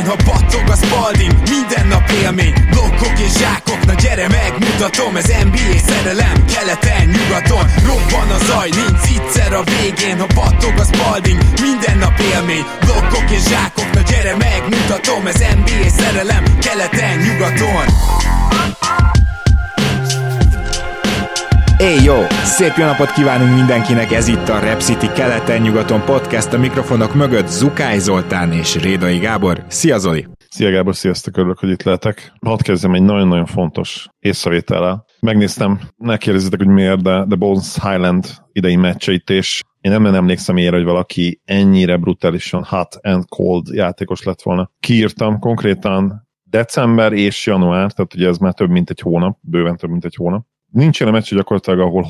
végén, ha battog a Spalding, minden nap élmény, blokkok és zsákok, na gyere megmutatom, ez NBA szerelem, keleten, nyugaton, robban a zaj, nincs egyszer a végén, ha battog a Spalding, minden nap élmény, blokkok és zsákok, na gyere megmutatom, ez NBA szerelem, keleten, nyugaton. Jó! Szép jó napot kívánunk mindenkinek, ez itt a Rep City keleten-nyugaton podcast, a mikrofonok mögött Zukály Zoltán és Rédai Gábor. Szia Zoli! Szia Gábor, sziasztok, örülök, hogy itt lehetek. Hadd kezdjem egy nagyon-nagyon fontos észrevétellel. Megnéztem, ne kérdezzetek, hogy miért, de Bones Highland idei meccseit, és én nem emlékszem ilyenre, hogy valaki ennyire brutálisan hot and cold játékos lett volna. Kiírtam konkrétan december és január, tehát ugye ez már több mint egy hónap, bőven több mint egy hónap. Nincs ilyen a meccs gyakorlatilag, ahol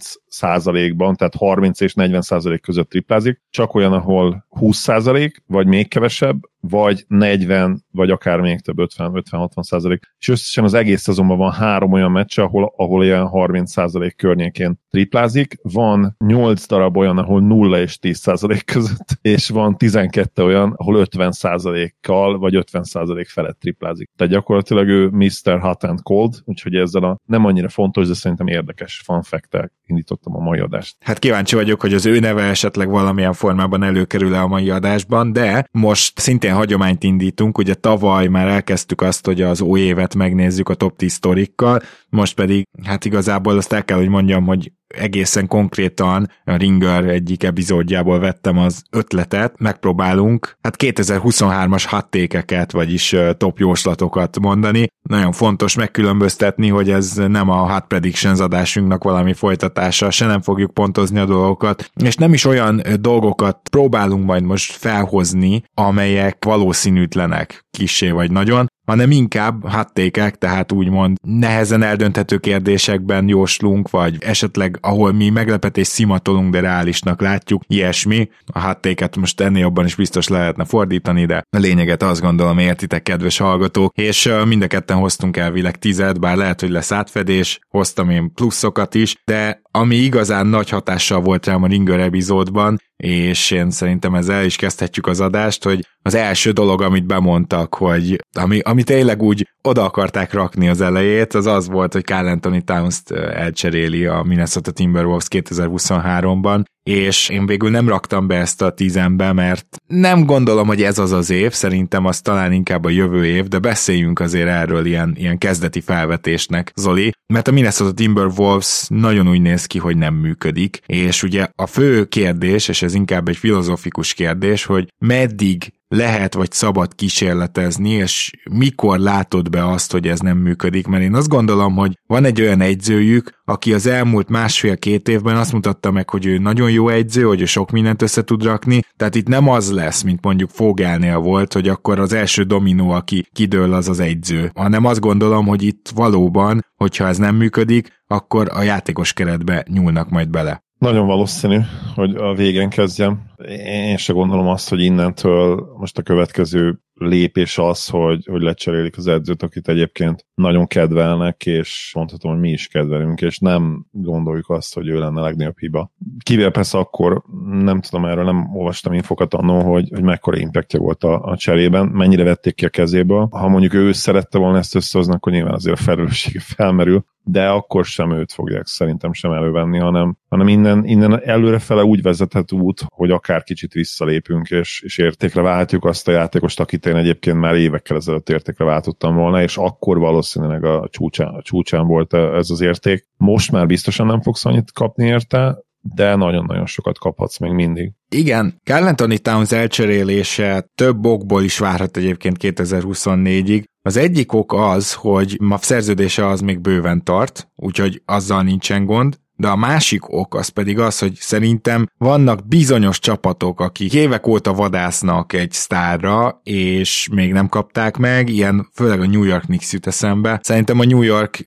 30%-ban, tehát 30 és 40% között triplázik, csak olyan, ahol 20%, vagy még kevesebb, vagy 40, vagy akár még több, 50-60%. És összesen az egész szezonban van 3 olyan meccs, ahol ilyen 30% környékén triplázik, van 8 darab olyan, ahol 0 és 10% között, és van 12 olyan, ahol 50%-kal, vagy 50% felett triplázik. Tehát gyakorlatilag ő Mr. Hot and Cold, úgyhogy ezzel a nem annyira fontos, de szerintem érdekes fun fact-tel indítottam a mai adást. Hát kíváncsi vagyok, hogy az ő neve esetleg valamilyen formában előkerül-e a mai adásban, de most szintén hagyományt indítunk, ugye tavaly már elkezdtük azt, hogy az új évet megnézzük a top 10 sztorikkal, most pedig hát igazából azt el kell, hogy mondjam, hogy egészen konkrétan a Ringer egyik epizódjából vettem az ötletet, megpróbálunk hát 2023-as hot-take-eket, vagyis top jóslatokat mondani. Nagyon fontos megkülönböztetni, hogy ez nem a Hot Predictions adásunknak valami folytatása, se nem fogjuk pontozni a dolgokat, és nem is olyan dolgokat próbálunk majd most felhozni, amelyek valószínűtlenek kissé vagy nagyon, hanem inkább hot-take-ek, tehát úgymond nehezen eldönthető kérdésekben jóslunk, vagy esetleg ahol mi meglepetést szimatolunk, de reálisnak látjuk, ilyesmi. A hot-take-et most ennél jobban is biztos lehetne fordítani, de a lényeget azt gondolom értitek, kedves hallgatók, és mind a ketten hoztunk elvileg 10, bár lehet, hogy lesz átfedés, hoztam én pluszokat is, de ami igazán nagy hatással volt rám a Ringer epizódban, és én szerintem ezzel is kezdhetjük az adást, hogy az első dolog, amit bemondtak, hogy ami tényleg úgy oda akarták rakni az elejét, az volt, hogy Karl Anthony Towns-t elcseréli a Minnesota Timberwolves 2023-ban, és én végül nem raktam be ezt a 10-be, mert nem gondolom, hogy ez az az év, szerintem az talán inkább a jövő év, de beszéljünk azért erről ilyen kezdeti felvetésnek, Zoli, mert a Minnesota Timberwolves nagyon úgy néz ki, hogy nem működik, és ugye a fő kérdés, és ez inkább egy filozófikus kérdés, hogy meddig lehet vagy szabad kísérletezni, és mikor látod be azt, hogy ez nem működik, mert én azt gondolom, hogy van egy olyan edzőjük, aki az elmúlt 1,5-2 évben azt mutatta meg, hogy ő nagyon jó edző, hogy ő sok mindent össze tud rakni, tehát itt nem az lesz, mint mondjuk Fogelnél volt, hogy akkor az első dominó, aki kidől, az edző, hanem azt gondolom, hogy itt valóban, hogyha ez nem működik, akkor a játékos keretbe nyúlnak majd bele. Nagyon valószínű, hogy a végén kezdjem. Én se gondolom azt, hogy innentől most a következő lépés az, hogy lecserélik az edzőt, akit egyébként nagyon kedvelnek, és mondhatom, hogy mi is kedvelünk, és nem gondoljuk azt, hogy ő lenne a legnagyobb hiba. Kivéve persze akkor, nem tudom, erről nem olvastam infokat annól, hogy mekkora impactja volt a cserében, mennyire vették ki a kezéből. Ha mondjuk ő szerette volna ezt összehozni, akkor nyilván azért a felelőssége felmerül, de akkor sem őt fogják szerintem sem elővenni, hanem innen előrefele úgy vezethet út, hogy akár kicsit visszalépünk, és értékre váltjuk azt a játékost, akit én egyébként már évekkel ezelőtt értékre váltottam volna, és akkor valószínűleg a csúcsán volt ez az érték. Most már biztosan nem fogsz annyit kapni érte, de nagyon-nagyon sokat kaphatsz még mindig. Igen, Karl Anthony Towns elcserélése több okból is várhat egyébként 2024-ig. Az egyik ok az, hogy a szerződése az még bőven tart, úgyhogy azzal nincsen gond, de a másik ok az pedig az, hogy szerintem vannak bizonyos csapatok, akik évek óta vadásznak egy sztárra, és még nem kapták meg, ilyen főleg a New York Knicks jut eszembe. Szerintem a New York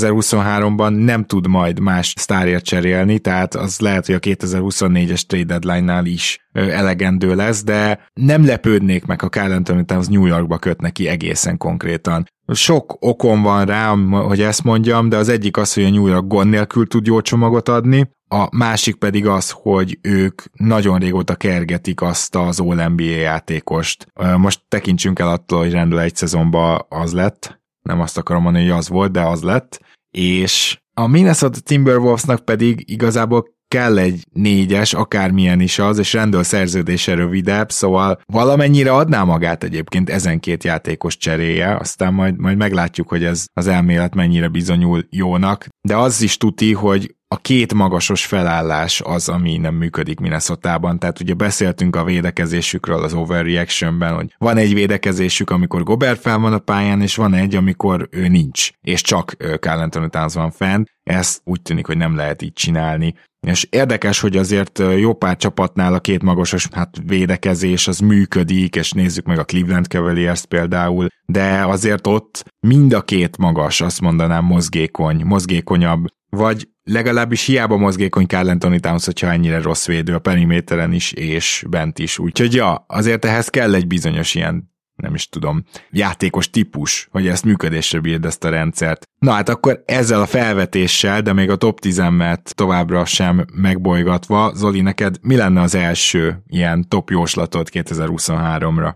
2023-ban nem tud majd más sztárért cserélni, tehát az lehet, hogy a 2024-es trade deadline-nál is elegendő lesz, de nem lepődnék meg, ha Karl Anthony Towns New Yorkba köt neki egészen konkrétan. Sok okom van rá, hogy ezt mondjam, de az egyik az, hogy a New York gond nélkül tud jó csomagot adni, a másik pedig az, hogy ők nagyon régóta kergetik azt az All-NBA játékost. Most tekintsünk el attól, hogy Randle egy szezonban az lett, nem azt akarom mondani, hogy az volt, de az lett, és a Minnesota Timberwolvesnak pedig igazából kell egy 4-es, akármilyen is az, és Randle szerződése rövidebb, szóval valamennyire adná magát egyébként ezen két játékos cseréje, aztán majd meglátjuk, hogy ez az elmélet mennyire bizonyul jónak, de az is tuti, hogy a két magasos felállás az, ami nem működik Minnesotában, tehát ugye beszéltünk a védekezésükről az overreactionben, hogy van egy védekezésük, amikor Gobert fel van a pályán, és van egy, amikor ő nincs, és csak Karl Anthony Towns van fenn, ezt úgy tűnik, hogy nem lehet így csinálni. És érdekes, hogy azért jó pár csapatnál a két magasos védekezés az működik, és nézzük meg a Cleveland Cavaliers például, de azért ott mind a két magas, azt mondanám, mozgékonyabb, vagy legalábbis hiába mozgékony Karl Anthony Towns, hogyha ennyire rossz védő a periméteren is, és bent is. Úgyhogy ja, azért ehhez kell egy bizonyos ilyen, nem is tudom, játékos típus, hogy ezt működésre bírd ezt a rendszert. Na hát akkor ezzel a felvetéssel, de még a top 10-et továbbra sem megbolygatva, Zoli, neked mi lenne az első ilyen top jóslatod 2023-ra?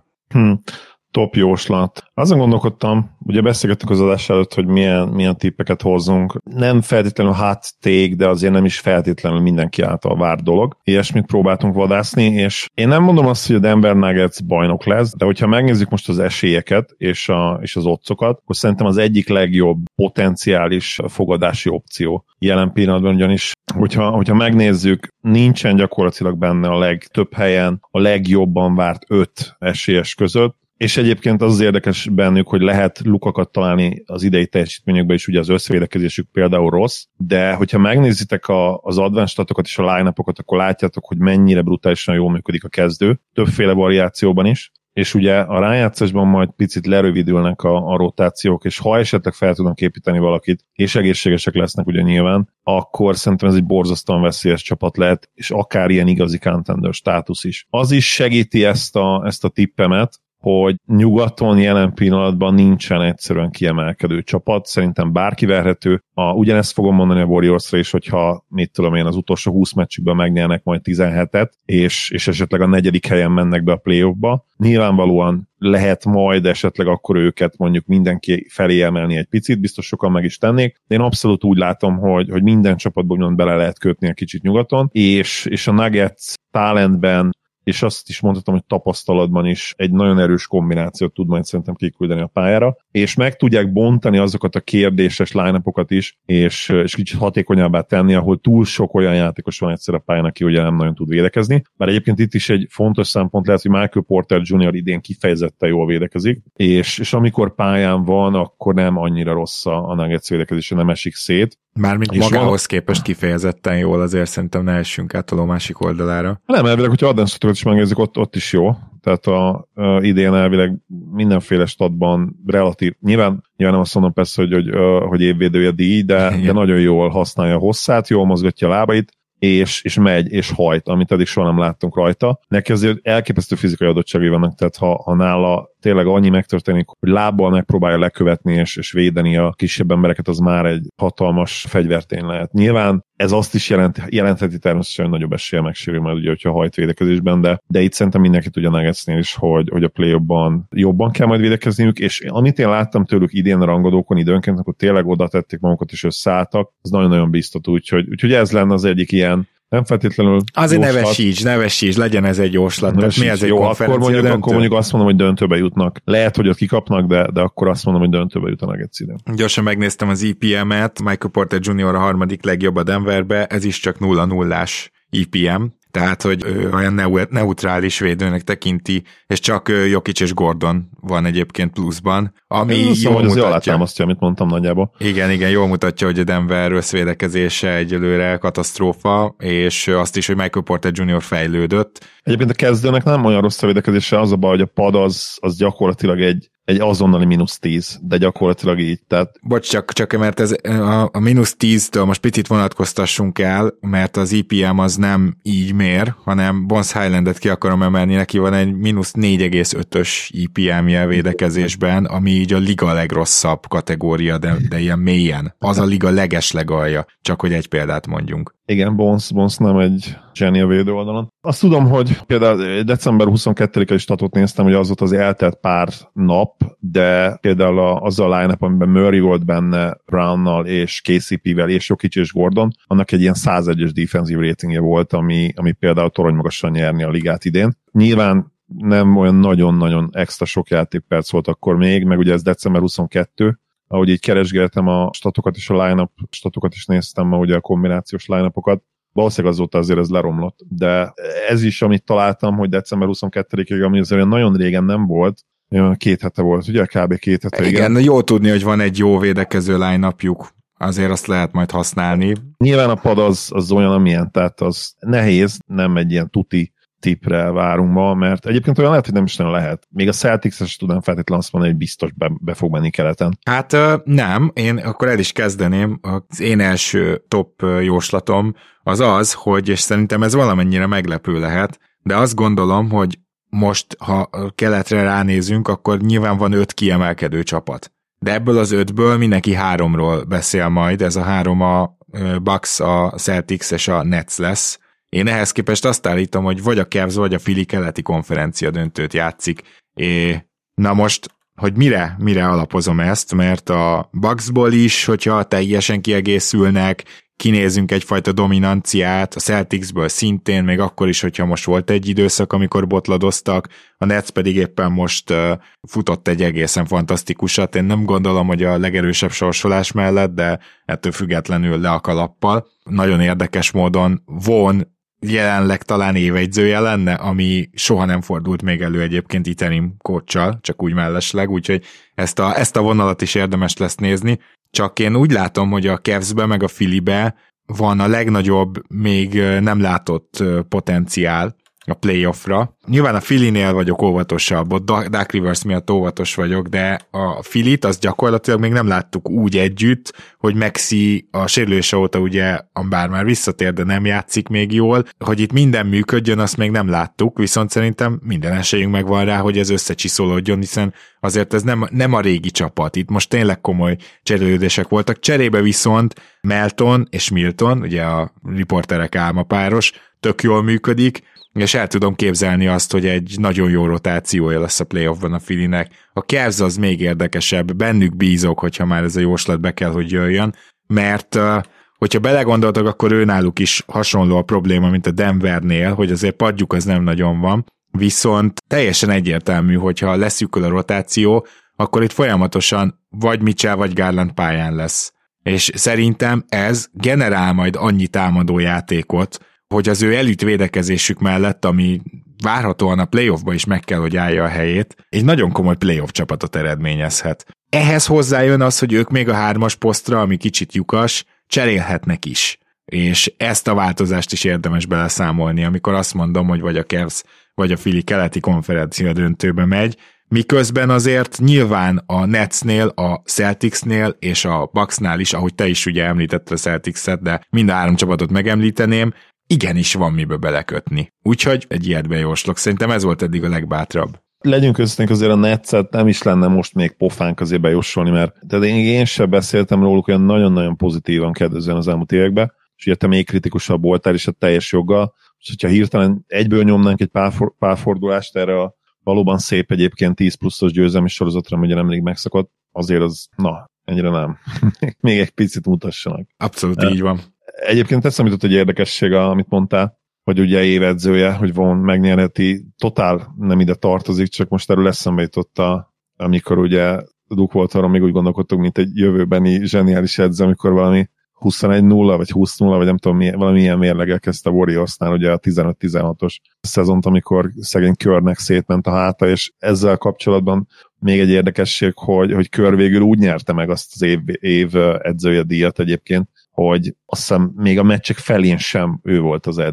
Top jóslat. Azon gondolkodtam, ugye beszélgettük az adás előtt, hogy milyen tippeket hozzunk. Nem feltétlenül hot take, de azért nem is feltétlenül mindenki által várt dolog. Ilyesmit próbáltunk vadászni, és én nem mondom azt, hogy a Denver Nuggets bajnok lesz, de hogyha megnézzük most az esélyeket és az oddszokat, akkor szerintem az egyik legjobb potenciális fogadási opció jelen pillanatban, ugyanis hogyha megnézzük, nincsen gyakorlatilag benne a legtöbb helyen a legjobban várt 5 esélyes között, és egyébként az érdekes bennük, hogy lehet lukakat találni az idei teljesítményekben is, ugye az összvédekezésük például rossz, de hogyha megnézitek az advanced statokat és a line-upokat, akkor látjátok, hogy mennyire brutálisan jól működik a kezdő, többféle variációban is, és ugye a rájátszásban majd picit lerövidülnek a rotációk, és ha esetleg fel tudnak építeni valakit, és egészségesek lesznek ugye nyilván, akkor szerintem ez egy borzasztóan veszélyes csapat lehet, és akár ilyen igazi contender státusz is. Az is segíti ezt a tippemet, hogy nyugaton jelen pillanatban nincsen egyszerűen kiemelkedő csapat, szerintem bárki verhető. Ugyanezt fogom mondani a Warriorsra is, hogyha mit tudom én, az utolsó 20 meccsükben megnyernek majd 17-et, és esetleg a 4. helyen mennek be a playoffba. Nyilvánvalóan lehet majd esetleg akkor őket mondjuk mindenki felé emelni egy picit, biztos sokan meg is tennék. De én abszolút úgy látom, hogy minden csapatban úgymond bele lehet kötni egy kicsit nyugaton, és a Nuggets talentben és azt is mondhatom, hogy tapasztalatban is egy nagyon erős kombinációt tud majd szerintem kiküldeni a pályára, és meg tudják bontani azokat a kérdéses line-upokat is, és kicsit hatékonyabbá tenni, ahol túl sok olyan játékos van egyszer a pályán, aki ugye nem nagyon tud védekezni. Bár egyébként itt is egy fontos szempont lehet, hogy Michael Porter Jr. idén kifejezetten jól védekezik, és amikor pályán van, akkor nem annyira rossz a Nuggets védekezése, nem esik szét. Mármint magához képest kifejezetten jól, azért szerintem ne essünk át a másik oldalára. Nem, elvileg, hogyha advanced-okat is megnézzük, ott is jó. Tehát idén elvileg mindenféle statban relatív, nyilván nem azt mondom persze, hogy évvédője díj, de nagyon jól használja a hosszát, jól mozgatja a lábait, és megy, és hajt, amit eddig soha nem láttunk rajta. Neki azért elképesztő fizikai adottságai vannak, tehát ha nála tényleg annyi megtörténik, hogy lábbal megpróbálja lekövetni és védeni a kisebb embereket, az már egy hatalmas fegyvertény lehet. Nyilván ez azt is jelentheti természetesen, hogy nagyobb esélye megsérül majd, ugye, hogyha hajt védekezésben, de itt szerintem mindenki tudja Nuggetsnél is, hogy a play-offban jobban kell majd védekezniük, és amit én láttam tőlük idén a rangadókon időnként, akkor tényleg oda tették magukat és összeálltak, az nagyon-nagyon biztató, úgyhogy ez lenne az egyik ilyen, nem feltétlenül azért nevesíts, legyen ez egy jóslat. Mi ez egy jó, akkor mondjuk azt mondom, hogy döntőbe jutnak. Lehet, hogy ott kikapnak, de akkor azt mondom, hogy döntőbe jut a Nuggets idén. Gyorsan megnéztem az EPM-et, Michael Porter Jr. a harmadik legjobb a Denverbe, ez is csak 0-0-ás EPM, tehát, hogy olyan neutrális védőnek tekinti, és csak Jokic és Gordon van egyébként pluszban, ami jól mutatja. Alátámasztja, amit mondtam nagyjából. Igen, jól mutatja, hogy a Denver összvédekezése egyelőre katasztrófa, és azt is, hogy Michael Porter Jr. fejlődött. Egyébként a kezdőnek nem olyan rossz a védekezése, az a baj, hogy a pad az gyakorlatilag egy azonnali -10, de gyakorlatilag így. Tehát... Bocs, csak mert ez a -10-től most picit vonatkoztassunk el, mert az IPM az nem így mér, hanem Bones Highlandet ki akarom emelni, neki van egy -4,5-ös IPM-je védekezésben, ami így a liga legrosszabb kategória, de ilyen mélyen. Az a liga legeslegalja, csak hogy egy példát mondjunk. Igen, Bones nem egy zseni a védő oldalon. Azt tudom, hogy például december 22-i statot néztem, hogy az volt az eltelt pár nap, de például azzal a line-up, amiben Murray volt benne, Brownnal és KCP-vel és Jokic és Gordon, annak egy ilyen 101-es defensive ratingje volt, ami például toronymagasan nyerni a ligát idén. Nyilván nem olyan nagyon-nagyon extra sok játékperc volt akkor még, meg ugye ez december 22, ahogy így keresgéltem a statokat és a line-up statokat is néztem, ma ugye a kombinációs line-upokat, valószínűleg azóta azért ez leromlott, de ez is, amit találtam, hogy december 22-ig, ami azért nagyon régen nem volt, 2 hete volt, ugye? Kb. 2 hete. Igen, jó tudni, hogy van egy jó védekező line-upjuk, azért azt lehet majd használni. Nyilván a pad az olyan, amilyen, tehát az nehéz, nem egy ilyen tuti tipre várunk ma, mert egyébként olyan lehet, hogy nem is nagyon lehet. Még a Celtics-es tudnám feltétlenül azt mondani, hogy biztos be fog menni keleten. Hát nem, én akkor el is kezdeném. Az én első top jóslatom az, hogy, és szerintem ez valamennyire meglepő lehet, de azt gondolom, hogy most, ha keletre ránézünk, akkor nyilván van 5 kiemelkedő csapat. De ebből az 5-ből mindenki 3-ról beszél majd, ez a 3 a Bucks, a Celtics és a Nets lesz. Én ehhez képest azt állítom, hogy vagy a Cavs, vagy a Philly keleti konferencia döntőt játszik. Na most, hogy mire alapozom ezt, mert a Bucksból is, hogyha teljesen kiegészülnek, kinézünk egyfajta dominanciát, a Celticsből szintén, még akkor is, hogyha most volt egy időszak, amikor botladoztak, a Nets pedig éppen most futott egy egészen fantasztikusat. Én nem gondolom, hogy a legerősebb sorsolás mellett, de ettől függetlenül le a kalappal. Nagyon érdekes módon Vaughn jelenleg talán évegyzője lenne, ami soha nem fordult még elő egyébként interim coachsal, csak úgy mellesleg, úgyhogy ezt a vonalat is érdemes lesz nézni. Csak én úgy látom, hogy a Cavsbe meg a Phillybe van a legnagyobb, még nem látott potenciál a playoffra. Nyilván a Phillynél vagyok óvatosabb, ott Dark Rivers miatt óvatos vagyok, de a Phillyt azt gyakorlatilag még nem láttuk úgy együtt, hogy Maxi a sérülése óta ugye, bár már visszatér, de nem játszik még jól, hogy itt minden működjön, azt még nem láttuk, viszont szerintem minden esélyünk megvan rá, hogy ez összecsiszolódjon, hiszen azért ez nem a régi csapat, itt most tényleg komoly cserélődések voltak, cserébe viszont Melton és Milton, ugye a riporterek álmapáros, tök jól működik, és el tudom képzelni azt, hogy egy nagyon jó rotációja lesz a playoffban a Phillynek. A Cavs az még érdekesebb, bennük bízok, hogyha már ez a jóslat be kell, hogy jöjjön, mert hogyha belegondoltak, akkor őnáluk is hasonló a probléma, mint a Denvernél, hogy azért padjuk az nem nagyon van, viszont teljesen egyértelmű, hogyha leszűkül a rotáció, akkor itt folyamatosan vagy Mitchell, vagy Garland pályán lesz. És szerintem ez generál majd annyi támadó játékot, hogy az ő elit védekezésük mellett, ami várhatóan a playoffba is meg kell, hogy állja a helyét, egy nagyon komoly playoff csapatot eredményezhet. Ehhez hozzájön az, hogy ők még a 3-as posztra, ami kicsit lyukas, cserélhetnek is. És ezt a változást is érdemes beleszámolni, amikor azt mondom, hogy vagy a Cavs, vagy a Philly keleti konferencia döntőbe megy, miközben azért nyilván a Netsnél, a Celticsnél és a Bucksnál is, ahogy te is ugye említetted a Celticset, de mind a 3 csapatot megemlíteném, igenis van mibe belekötni. Úgyhogy egy ilyet bejóslok. Szerintem ez volt eddig a legbátrabb. Legyünk őszintén, azért a Netset nem is lenne most még pofánk azért bejósolni, mert de én sem beszéltem róluk olyan nagyon-nagyon pozitívan kedvezően az elmúlt években, és ugye te még kritikusabb voltál, és a teljes joggal. És hogyha hirtelen egyből nyomnánk egy pár fordulást erre a valóban szép egyébként 10 pluszos győzelmi sorozatra, ugye nemrég megszakadt, azért az, ennyire nem. Még egy picit mutassanak. Abszolút így van. Egyébként eszembe jutott egy érdekesség, amit mondtál, hogy ugye évedzője, hogy Vaughn megnyerheti, totál nem ide tartozik, csak most erről eszembe jutott, amikor ugye Duke volt arra, még úgy gondolkodtunk, mint egy jövőbeni zseniális edző, amikor valami 21-0, vagy 20-0, vagy nem tudom, valami ilyen mérleggel kezdte a Warriorsnál, ugye a 15-16-os szezont, amikor szegény Körnek szétment a háta, és ezzel kapcsolatban még egy érdekesség, hogy Kör végül úgy nyerte meg azt az év edzője díjat egyébként, hogy azt hiszem még a meccsek felén sem ő volt az edző,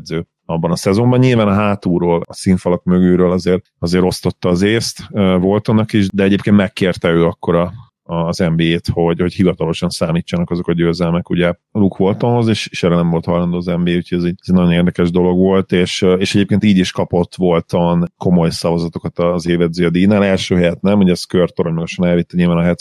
abban a szezonban. Nyilván a hátulról, a színfalak mögülről azért osztotta az észt Waltonnak is, de egyébként megkérte ő akkor az NBA-t, hogy hivatalosan számítsanak azok a győzelmek ugye Luke Waltonhoz, és erre nem volt hajlandó az NBA, úgyhogy ez egy nagyon érdekes dolog volt, és egyébként így is kapott Walton komoly szavazatokat az évedző a díjnál. Első helyet nem, ugye ez Kurt toronyosan elvitte nyilván a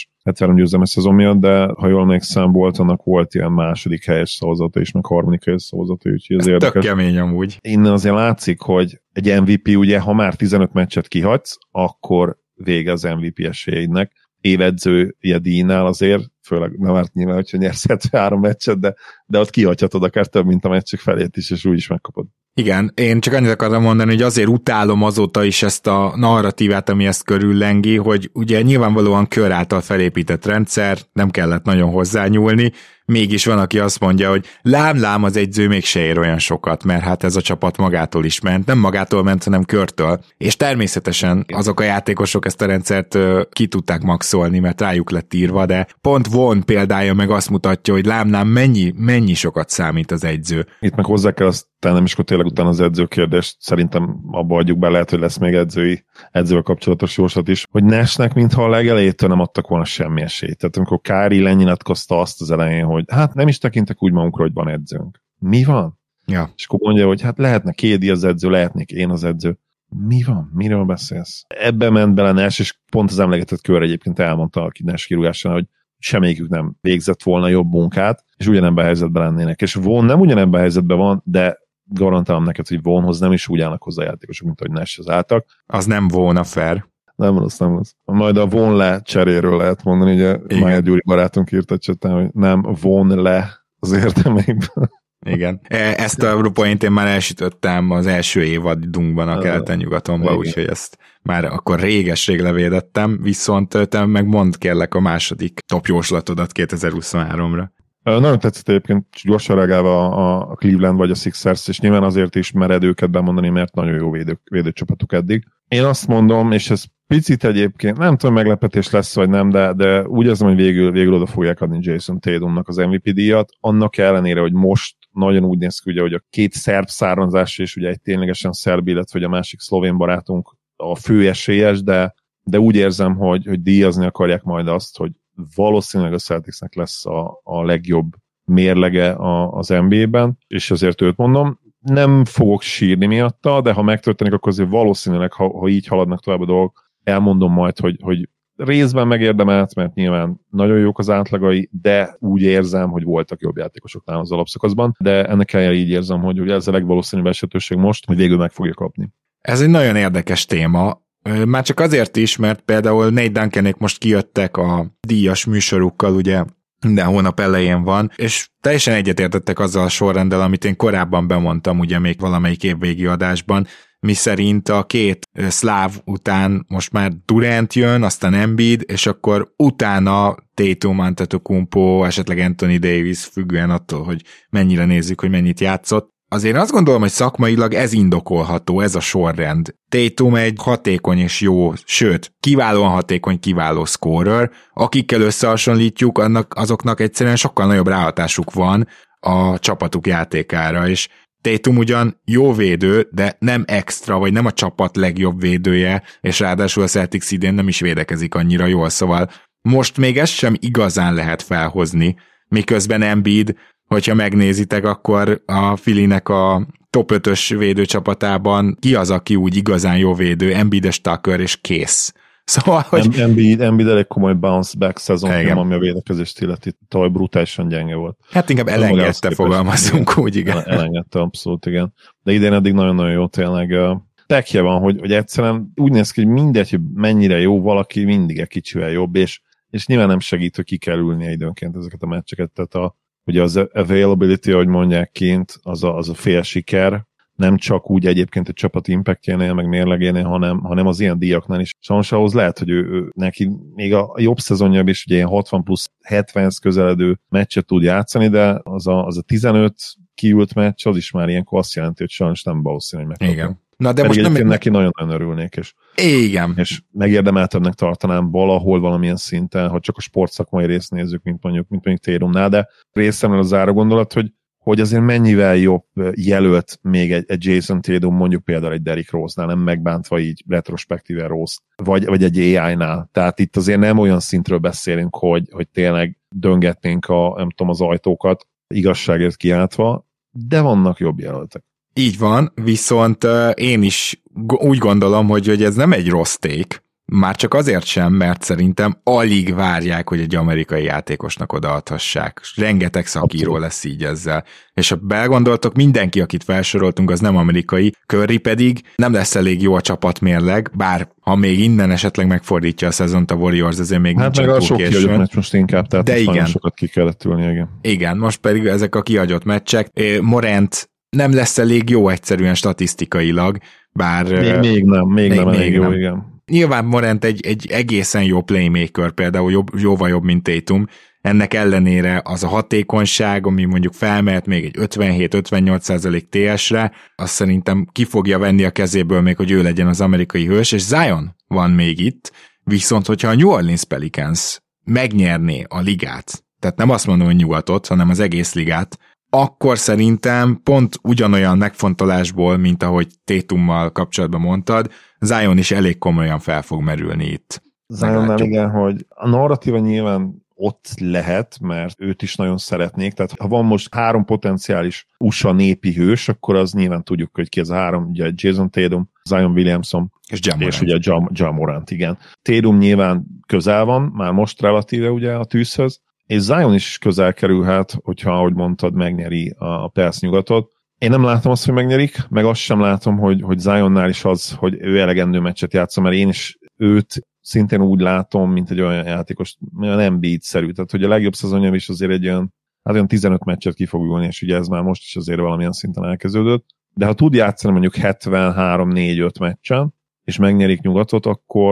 73 győzelmes szezon miatt, de ha jól emlékszem, Waltonnak volt ilyen második helyes szavazata is, meg harmadik helyes szavazata, úgyhogy ez érdekes. Tök kemény amúgy. Innen azért látszik, hogy egy MVP ugye, ha már 15 meccset kihagysz, akkor vége az MVP esélyeidnek. Évedzője díjnál azért, főleg nem árt nyilván, hogyha nyersz 73 meccset, de ott kihagyhatod akár több, mint a meccsek felét is, és úgy is megkapod. Igen, én csak annyit akartam mondani, hogy azért utálom azóta is ezt a narratívát, ami ezt körüllengi, hogy ugye nyilvánvalóan kör által felépített rendszer, nem kellett nagyon hozzányúlni, mégis van, aki azt mondja, hogy lám az egyző mégse ér olyan sokat, mert hát ez a csapat magától is ment, nem magától ment, hanem körtől. És természetesen azok a játékosok ezt a rendszert ki tudták maxolni, mert rájuk lett írva, de pont Von példája meg azt mutatja, hogy lám mennyi sokat számít az egyző. Itt meg hozzá kell azt tennem, és akkor tényleg utána az edzőkérdést szerintem abba adjuk be, lehet, hogy lesz még edzővel kapcsolatos jóslat is, hogy Nashnek mintha a legelejétől nem adtak volna semmi esélyt. Tehát amikor Kári lenyilatkozta azt az elején, hogy hát nem is tekintek úgy magunkra, hogy van edzőnk. Mi van? Ja. És akkor mondja, hogy hát lehetne Kédi az edző, lehetnék én az edző. Mi van? Miről beszélsz? Ebben ment bele Nash, és pont az emlegetett Kör egyébként elmondta a Nash kirúgásán, hogy semmelyikük nem végzett volna jobb munkát, és ugyanebben a helyzetben lennének. És Von nem ugyanebben a helyzetben van, de garantálom neked, hogy Vonhoz nem is úgy állnak hozzá játékosok, mint ahogy Nashhez álltak. Az nem volna fair. Nem rossz. Majd a Von le cseréről lehet mondani, ugye Mája Gyuri barátunk írt a csatán, hogy nem Von le az értelmeikben. Igen. Ezt a point én már elsütöttem az első évadunkban a keleten-nyugatonban, úgyhogy ezt már akkor réges-rég levédettem, viszont te meg mondd kérlek a második top jóslatodat 2023-ra. Nagyon tetszett egyébként gyorsan reagálva a Cleveland vagy a Sixers, és nyilván azért is mered őket bemondani, mert nagyon jó védőcsapatuk eddig. Én azt mondom, és ez picit egyébként, nem tudom, meglepetés lesz vagy nem, de úgy érzem, hogy végül oda fogják adni Jason Tatumnak az MVP díjat, annak ellenére, hogy most nagyon úgy néz ki, ugye, hogy a két szerb származás és ugye egy ténylegesen szerb, illetve hogy a másik szlovén barátunk a fő esélyes, de úgy érzem, hogy díjazni akarják majd azt, hogy valószínűleg a Celticsnek lesz a legjobb mérlege az NBA-ben, és azért őt mondom, nem fogok sírni miatta, de ha megtörténik, akkor azért valószínűleg, ha így haladnak tovább a dolgok, elmondom majd, hogy részben megérdemelt, mert nyilván nagyon jók az átlagai, de úgy érzem, hogy voltak jobb játékosoknál az alapszakaszban, de ennek ellenére így érzem, hogy ez a legvalószínűbb esetőség most, hogy végül meg fogja kapni. Ez egy nagyon érdekes téma, már csak azért is, mert például Nate Duncanék most kijöttek a díjas műsorukkal, ugye minden hónap elején van, és teljesen egyetértettek azzal a sorrenddel, amit én korábban bemondtam, ugye még valamelyik évvégi adásban, miszerint a két szláv után most már Durant jön, aztán Embiid, és akkor utána Tatum, Antetokounmpo, esetleg Anthony Davis, függően attól, hogy mennyire nézzük, hogy mennyit játszott. Azért azt gondolom, hogy szakmailag ez indokolható, ez a sorrend. Tatum egy hatékony és jó, sőt, kiválóan hatékony, kiváló scorer, akikkel összehasonlítjuk, azoknak egyszerűen sokkal nagyobb ráhatásuk van a csapatuk játékára, és Tatum ugyan jó védő, de nem extra, vagy nem a csapat legjobb védője, és ráadásul a Celtics idén nem is védekezik annyira jól, szóval most még ezt sem igazán lehet felhozni, miközben Embiid, hogyha megnézitek, akkor a Phillynek a top 5-ös védőcsapatában ki az, aki úgy igazán jó védő, Embiid, Tucker és kész. Szóval, hogy... Embiid elég komoly bounce back szezon, ami a védekezést illeti, tavaly brutálisan gyenge volt. Hát inkább elengedte, fogalmazunk úgy, igen. Elengedte, abszolút, igen. De idén eddig nagyon-nagyon jó tényleg. Tekje van, hogy egyszerűen úgy néz ki, hogy mindegy, hogy mennyire jó valaki, mindig egy kicsivel jobb, és nyilván nem segít, hogy ki kell ülnie időnként ezeket a meccseket, tehát ugye az availability, ahogy mondják kint, az a fél siker, nem csak úgy egyébként egy csapat impactjénél, meg mérlegénél, hanem az ilyen díjaknál is. Sajnos ahhoz lehet, hogy ő neki még a jobb szezonjabb is ugye ilyen 60 plusz 70-hez közeledő meccset tud játszani, de az a 15 kiült meccs, az is már ilyenkor azt jelenti, hogy sajnos nem valószínű, hogy megkapja. Igen. Na, de most nem... neki nagyon-nagyon örülnék, igen. És megérdemeltebbnek tartanám valahol valamilyen szinten, ha csak a sportszakmai részt nézzük, mint mondjuk Tatumnál, de részemről az záró gondolat, hogy azért mennyivel jobb jelölt még egy Jason Tatum, mondjuk például egy Derrick Rose-nál, nem megbántva így retrospektíven Rose, vagy egy AI-nál. Tehát itt azért nem olyan szintről beszélünk, hogy tényleg döngetnénk nem tudom, az ajtókat igazságért kiáltva, de vannak jobb jelöltek. Így van, viszont én is úgy gondolom, hogy ez nem egy rossz take, már csak azért sem, mert szerintem alig várják, hogy egy amerikai játékosnak odaadhassák. Rengeteg szakíró lesz így ezzel. És ha belgondoltok, mindenki, akit felsoroltunk, az nem amerikai, Curry pedig nem lesz elég jó a csapatmérleg, bár ha még innen esetleg megfordítja a szezont a Warriors, azért még nincsen túl későn. Hát meg a sok kihagyott meccs most inkább, tehát de igen. Sokat ki kellett ülni, igen. Igen, most pedig ezek a kihagyott meccsek. Morant nem lesz elég jó egyszerűen statisztikailag, bár... Még nem elég jó, igen. Nyilván Morant egy egészen jó playmaker, például jóval jobb, mint Tatum. Ennek ellenére az a hatékonyság, ami mondjuk felmehet még egy 57-58% TS-re, azt szerintem ki fogja venni a kezéből még, hogy ő legyen az amerikai hős, és Zion van még itt, viszont hogyha a New Orleans Pelicans megnyerné a ligát, tehát nem azt mondom, hogy nyugatot, hanem az egész ligát, akkor szerintem pont ugyanolyan megfontolásból, mint ahogy Tatummal kapcsolatban mondtad, Zion is elég komolyan fel fog merülni itt. Zionnál igen, hogy a narratíva nyilván ott lehet, mert őt is nagyon szeretnék, tehát ha van most 3 potenciális USA népi hős, akkor az nyilván tudjuk, hogy ki ez a 3, ugye Jason Tatum, Zion Williamson, és ugye Ja Morant, igen. Tatum nyilván közel van, már most relatíve ugye a tűzhöz, és Zion is közel kerülhet, hogyha, ahogy mondtad, megnyeri a perc nyugatot. Én nem látom azt, hogy megnyerik, meg azt sem látom, hogy Zionnál is az, hogy ő elegendő meccset játszom, mert én is őt szintén úgy látom, mint egy olyan játékos, olyan Embiid-szerű, tehát hogy a legjobb szezonja is azért egy olyan 15 meccset ki fog ülni, és ugye ez már most is azért valamilyen szinten elkezdődött, de ha tud játszani mondjuk 73-4-5 meccsen, és megnyerik nyugatot,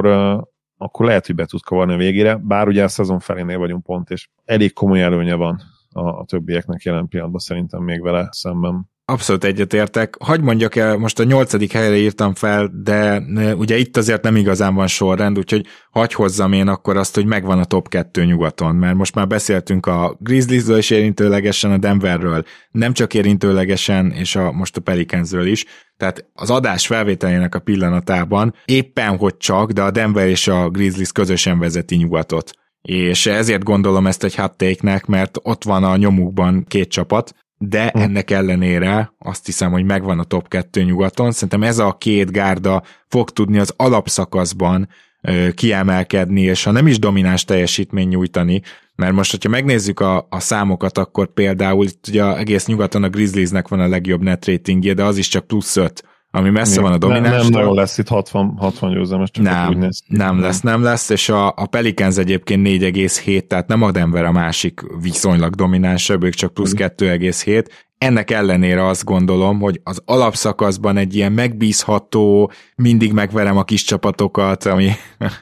akkor lehet, hogy be tud kavarni a végére, bár ugye a szezon felénél vagyunk pont, és elég komoly előnye van a többieknek jelen pillanatban szerintem még vele szemben. Abszolút egyetértek. Hagy mondjak el, most a 8. helyre írtam fel, de ugye itt azért nem igazán van sorrend, úgyhogy hagy hozzam én akkor azt, hogy megvan a top 2 nyugaton, mert most már beszéltünk a Grizzliesről is érintőlegesen, a Denverről nem csak érintőlegesen, és most a Pelicansről is. Tehát az adás felvételének a pillanatában éppen hogy csak, de a Denver és a Grizzlies közösen vezeti nyugatot. És ezért gondolom ezt egy hot take-nek, mert ott van a nyomukban 2 csapat, de ennek ellenére azt hiszem, hogy megvan a top 2 nyugaton. Szerintem ez a 2 gárda fog tudni az alapszakaszban kiemelkedni, és ha nem is domináns teljesítmény nyújtani, mert most, hogyha megnézzük a számokat, akkor például itt ugye egész nyugaton a Grizzliesnek van a legjobb net ratingje, de az is csak +5, ami messze van a dominánstól. Nem nagyon lesz itt 60 győzelmes, csak úgy néz ki. Nem lesz, és a Pelicans egyébként 4,7, tehát nem a Denver a másik viszonylag dominánsabb, ők csak +2,7. Ennek ellenére azt gondolom, hogy az alapszakaszban egy ilyen megbízható, mindig megverem a kis csapatokat, ami...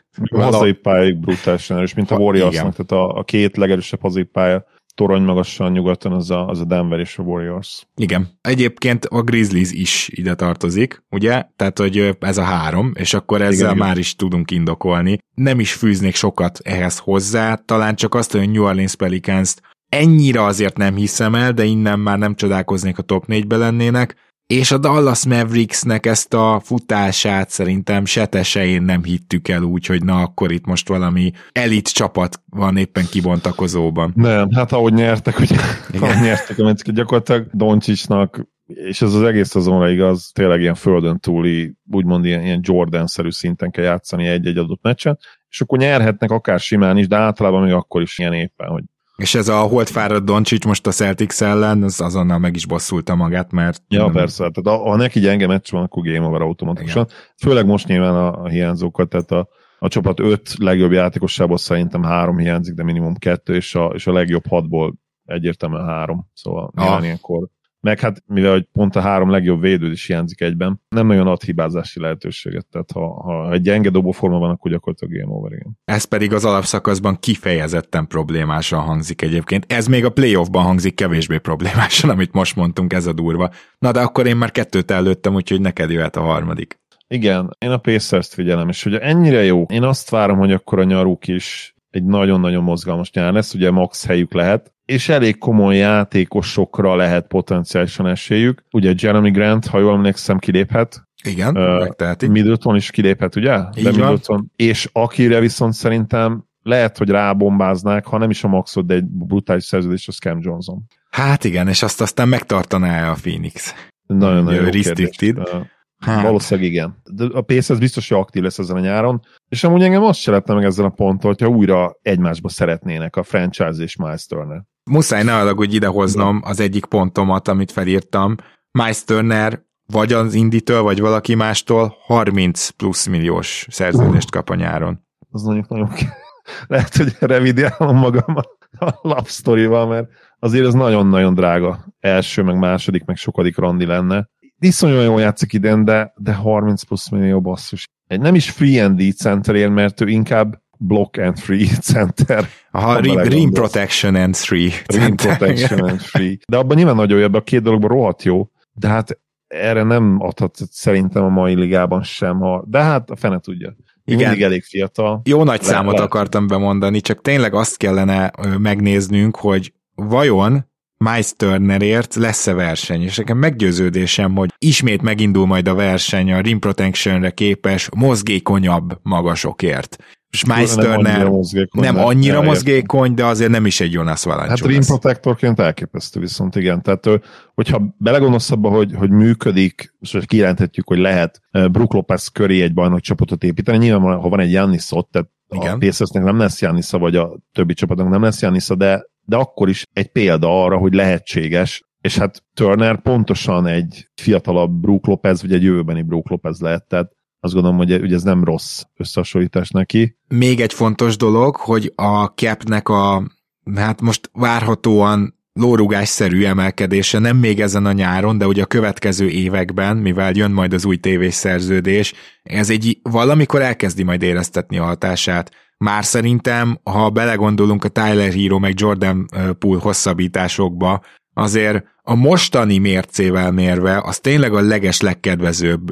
A hazai pályáig brutálisan erős, mint a Warriorsnak, tehát a 2 legerősebb hazai pálya torony magasan nyugaton az a Denver és a Warriors. Igen. Egyébként a Grizzlies is ide tartozik, ugye? Tehát, hogy ez a 3, és akkor ezzel igen, már is tudunk indokolni. Nem is fűznék sokat ehhez hozzá, talán csak azt, hogy a New Orleans Pelicans-t ennyire azért nem hiszem el, de innen már nem csodálkoznék, a top 4-be lennének, és a Dallas Mavericksnek ezt a futását szerintem se nem hittük el úgy, hogy na akkor itt most valami elit csapat van éppen kibontakozóban. Nem, hát ahogy nyertek, ugye, gyakorlatilag Doncsicsnak, és ez az egész szezonra igaz, tényleg ilyen földön túli, úgymond ilyen Jordan-szerű szinten kell játszani egy-egy adott meccsen, és akkor nyerhetnek akár simán is, de általában még akkor is ilyen éppen, hogy és ez a holdfáradt Doncsics most a Celtics ellen, az azonnal meg is bosszulta magát, mert... Ja, persze, tehát ha neki gyenge meccs van, akkor game over automatikusan. Igen. Főleg most nyilván a hiányzókat, tehát a csapat 5 legjobb játékosából szerintem 3 hiányzik, de minimum 2, és a legjobb 6-ból egyértelműen 3. Szóval nyilván ilyenkor. Meg hát, mivel hogy pont a 3 legjobb védő is hiányzik egyben, nem nagyon ad hibázási lehetőséget, tehát ha egy gyenge dobóforma van, akkor gyakorlatilag game over, igen. Ez pedig az alapszakaszban kifejezetten problémásan hangzik egyébként. Ez még a playoffban hangzik kevésbé problémásan, amit most mondtunk, ez a durva. Na de akkor én már 2-t előttem, úgyhogy neked jöhet a 3. Igen, én a Pacers-t figyelem, és hogy ennyire jó, én azt várom, hogy akkor a nyaruk is egy nagyon-nagyon mozgalmas nyár lesz, ugye max helyük lehet, és elég komoly játékosokra lehet potenciálisan esélyük. Ugye Jeremy Grant, ha jól emlékszem, kiléphet. Igen, megtehetik. Middleton is kiléphet, ugye? Így Middleton. És akire viszont szerintem lehet, hogy rábombáznák, ha nem is a maxot, de egy brutális szerződés, az Cam Johnson. Hát igen, és azt aztán megtartaná a Phoenix. Nagyon-nagyon jó restricted. Valószínűleg igen. De a Pacers biztos, hogy aktív lesz ezen a nyáron, és amúgy engem azt se lepne meg ezzel a ponttól, hogyha újra egymásba szeretnének a franchise és Miles Turner. Muszáj ne alagudj idehoznom az egyik pontomat, amit felírtam. Miles Turner vagy az Inditől, vagy valaki mástól 30 plusz milliós szerződést kap a nyáron. Az nagyon lehet, hogy revidiálom magam a love story-val, mert azért ez nagyon-nagyon drága. Első, meg második, meg sokadik randi lenne. Iszonyúan jól játszik idén, de 30 plusz millió basszus. Egy nem is free and D centerért, mert ő inkább block and free center. Rim protection and free. Rim protection and free. De abban nyilván nagyon jó, ebben a két dologban rohadt jó, de hát erre nem adhat szerintem a mai ligában sem, de hát a fene tudja. Igen. Mindig elég fiatal. Jó nagy számot akartam bemondani, csak tényleg azt kellene megnéznünk, hogy vajon Miles Turnerért lesz-e verseny, és nekem meggyőződésem, hogy ismét megindul majd a verseny a rim protectionre képes, mozgékonyabb magasokért. És Miles Turner nem annyira mozgékony, de azért nem is egy Jonas Valanciunas. Hát rim protectorként elképesztő viszont, igen. Tehát, hogyha belegondolsz abba, hogy működik, és kijelenthetjük, hogy lehet Brook Lopez köré egy bajnokcsapatot építeni, nyilván, ha van egy Giannisot, tehát igen. A Pacersnek nem lesz Giannisa, vagy a többi csapatnak nem lesz Giannisa, de akkor is egy példa arra, hogy lehetséges, és hát Turner pontosan egy fiatalabb Brook Lopez, vagy egy jövőbeni Brook Lopez lehet, tehát azt gondolom, hogy ez nem rossz összehasonlítás neki. Még egy fontos dolog, hogy a Capnek hát most várhatóan lórugásszerű emelkedése nem még ezen a nyáron, de ugye a következő években, mivel jön majd az új tévés szerződés, ez valamikor elkezdi majd éreztetni a hatását. Már szerintem, ha belegondolunk a Tyler Hero meg Jordan Poole hosszabbításokba, azért a mostani mércével mérve az tényleg a legkedvezőbb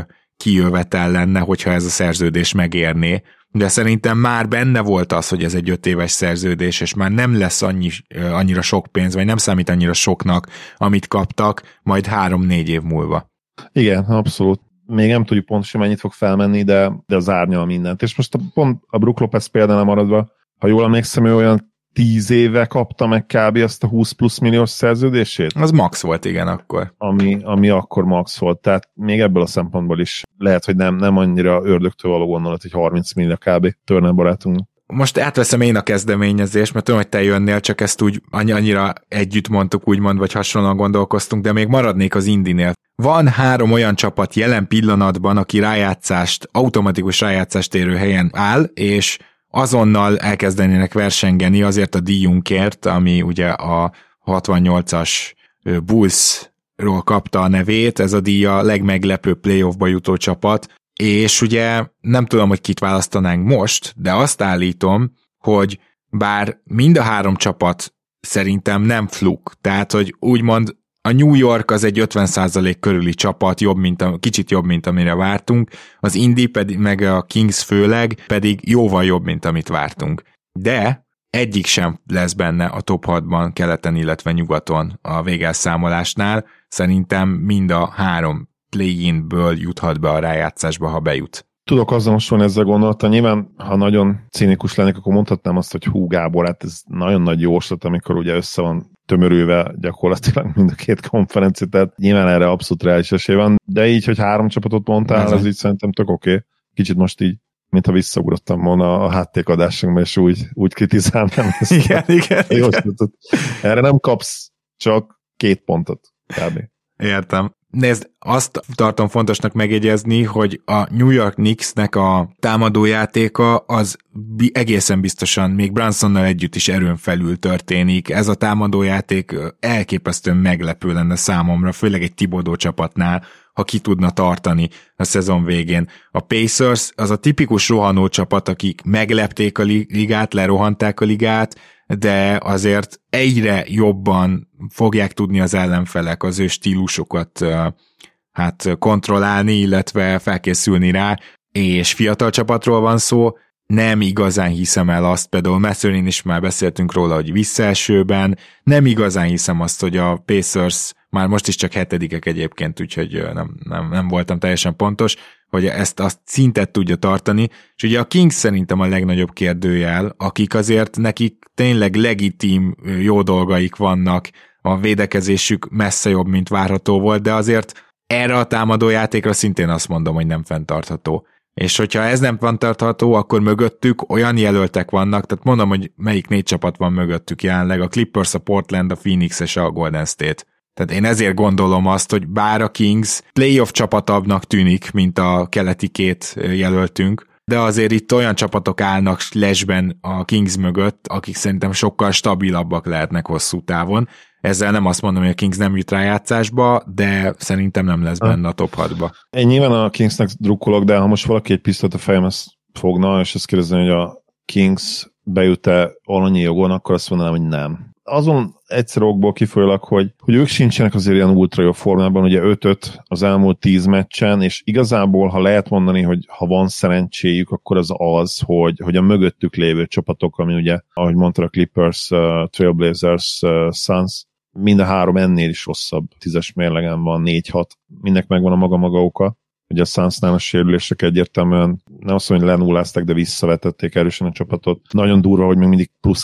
kijövetel lenne, hogyha ez a szerződés megérné. De szerintem már benne volt az, hogy ez egy 5 éves szerződés, és már nem lesz annyira sok pénz, vagy nem számít annyira soknak, amit kaptak, majd 3-4 év múlva. Igen, abszolút. Még nem tudjuk pontosan mennyit fog felmenni, de az árnyal mindent. És most pont a Brook Lopez példánál maradva, ha jól emlékszem, ő olyan 10 éve kapta meg kb. Azt a 20 plusz milliós szerződését? Az max volt, igen, akkor. Ami akkor max volt, tehát még ebből a szempontból is lehet, hogy nem annyira ördögtől való gondolat, hogy 30 millió kb. Turner barátunk. Most átveszem én a kezdeményezést, mert tudom, hogy te jönnél, csak ezt úgy annyira együtt mondtuk, úgymond, vagy hasonlóan gondolkoztunk, de még maradnék az Indinél. Van 3 olyan csapat jelen pillanatban, aki automatikus rájátszást érő helyen áll, és azonnal elkezdenének versengeni azért a díjunkért, ami ugye a 68-as Bullsról kapta a nevét, ez a díj a legmeglepőbb playoffba jutó csapat, és ugye nem tudom, hogy kit választanánk most, de azt állítom, hogy bár mind a 3 csapat szerintem nem fluk, tehát hogy úgymond a New York az egy 50% körüli csapat, kicsit jobb, mint amire vártunk, az Indy pedig, meg a Kings főleg pedig jóval jobb, mint amit vártunk. De egyik sem lesz benne a top 6-ban keleten, illetve nyugaton a végelszámolásnál. Szerintem mind a 3 play-inből juthat be a rájátszásba, ha bejut. Tudok azonosulni ezzel gondolata. Nyilván, ha nagyon cinikus lennék, akkor mondhatnám azt, hogy hú Gábor, hát ez nagyon nagy jóslat, amikor ugye össze van tömörülve gyakorlatilag mind a 2 konferencia, tehát nyilván erre abszolút reális esély van, de így, hogy 3 csapatot mondtál, az így szerintem tök oké. Kicsit most így, mintha visszaugrottam volna a háttékadásunkba, és úgy kritizálnám ezt. Igen. Erre nem kapsz csak 2 pontot, kb. Értem. Nézd, azt tartom fontosnak megjegyezni, hogy a New York Knicksnek a támadójátéka az egészen biztosan még Brunsonnal együtt is erőn felül történik. Ez a támadójáték elképesztően meglepő lenne számomra, főleg egy Thibodeau csapatnál, ha ki tudna tartani a szezon végén. A Pacers az a tipikus rohanó csapat, akik meglepték a ligát, lerohanták a ligát, de azért egyre jobban fogják tudni az ellenfelek az ő stílusokat kontrollálni, illetve felkészülni rá, és fiatal csapatról van szó. nem igazán hiszem el azt, például Mathurin is már beszéltünk róla, hogy visszaesőben, nem igazán hiszem azt, hogy a Pacers már most is csak 7-ek egyébként, úgyhogy nem voltam teljesen pontos, hogy ezt a szintet tudja tartani, és ugye a Kings szerintem a legnagyobb kérdőjel, akik azért nekik tényleg legitim jó dolgaik vannak, a védekezésük messze jobb, mint várható volt, de azért erre a támadójátékra szintén azt mondom, hogy nem fenntartható. És hogyha ez nem fenntartható, akkor mögöttük olyan jelöltek vannak, tehát mondom, hogy melyik 4 csapat van mögöttük jelenleg, a Clippers, a Portland, a Phoenix és a Golden State. Tehát én ezért gondolom azt, hogy bár a Kings playoff csapatabbnak tűnik, mint a keleti 2 jelöltünk, de azért itt olyan csapatok állnak lesben a Kings mögött, akik szerintem sokkal stabilabbak lehetnek hosszú távon. Ezzel nem azt mondom, hogy a Kings nem jut rájátszásba, de szerintem nem lesz benne a top 6-ba. Én nyilván a Kingsnek drukkolok, de ha most valaki egy pisztolyt a fejemhez fogna, és azt kérdezni, hogy a Kings bejut-e annyi jogon, akkor azt mondanám, hogy nem. Azon egyszer okból kifolyólag, hogy ők sincsenek azért ilyen ultra jó formában, ugye 5-5 az elmúlt 10 meccsen, és igazából, ha lehet mondani, hogy ha van szerencséjük, akkor az, hogy a mögöttük lévő csapatok, ami ugye, ahogy mondta a Clippers, Trailblazers, Suns, mind a 3 ennél is rosszabb 10-es mérlegen van, 4-6, mindnek megvan a maga oka. Ugye a Sunsnál a sérülések egyértelműen nem azt mondom, hogy lenullázták, de visszavetették erősen a csapatot. Nagyon durva, hogy még mindig plusz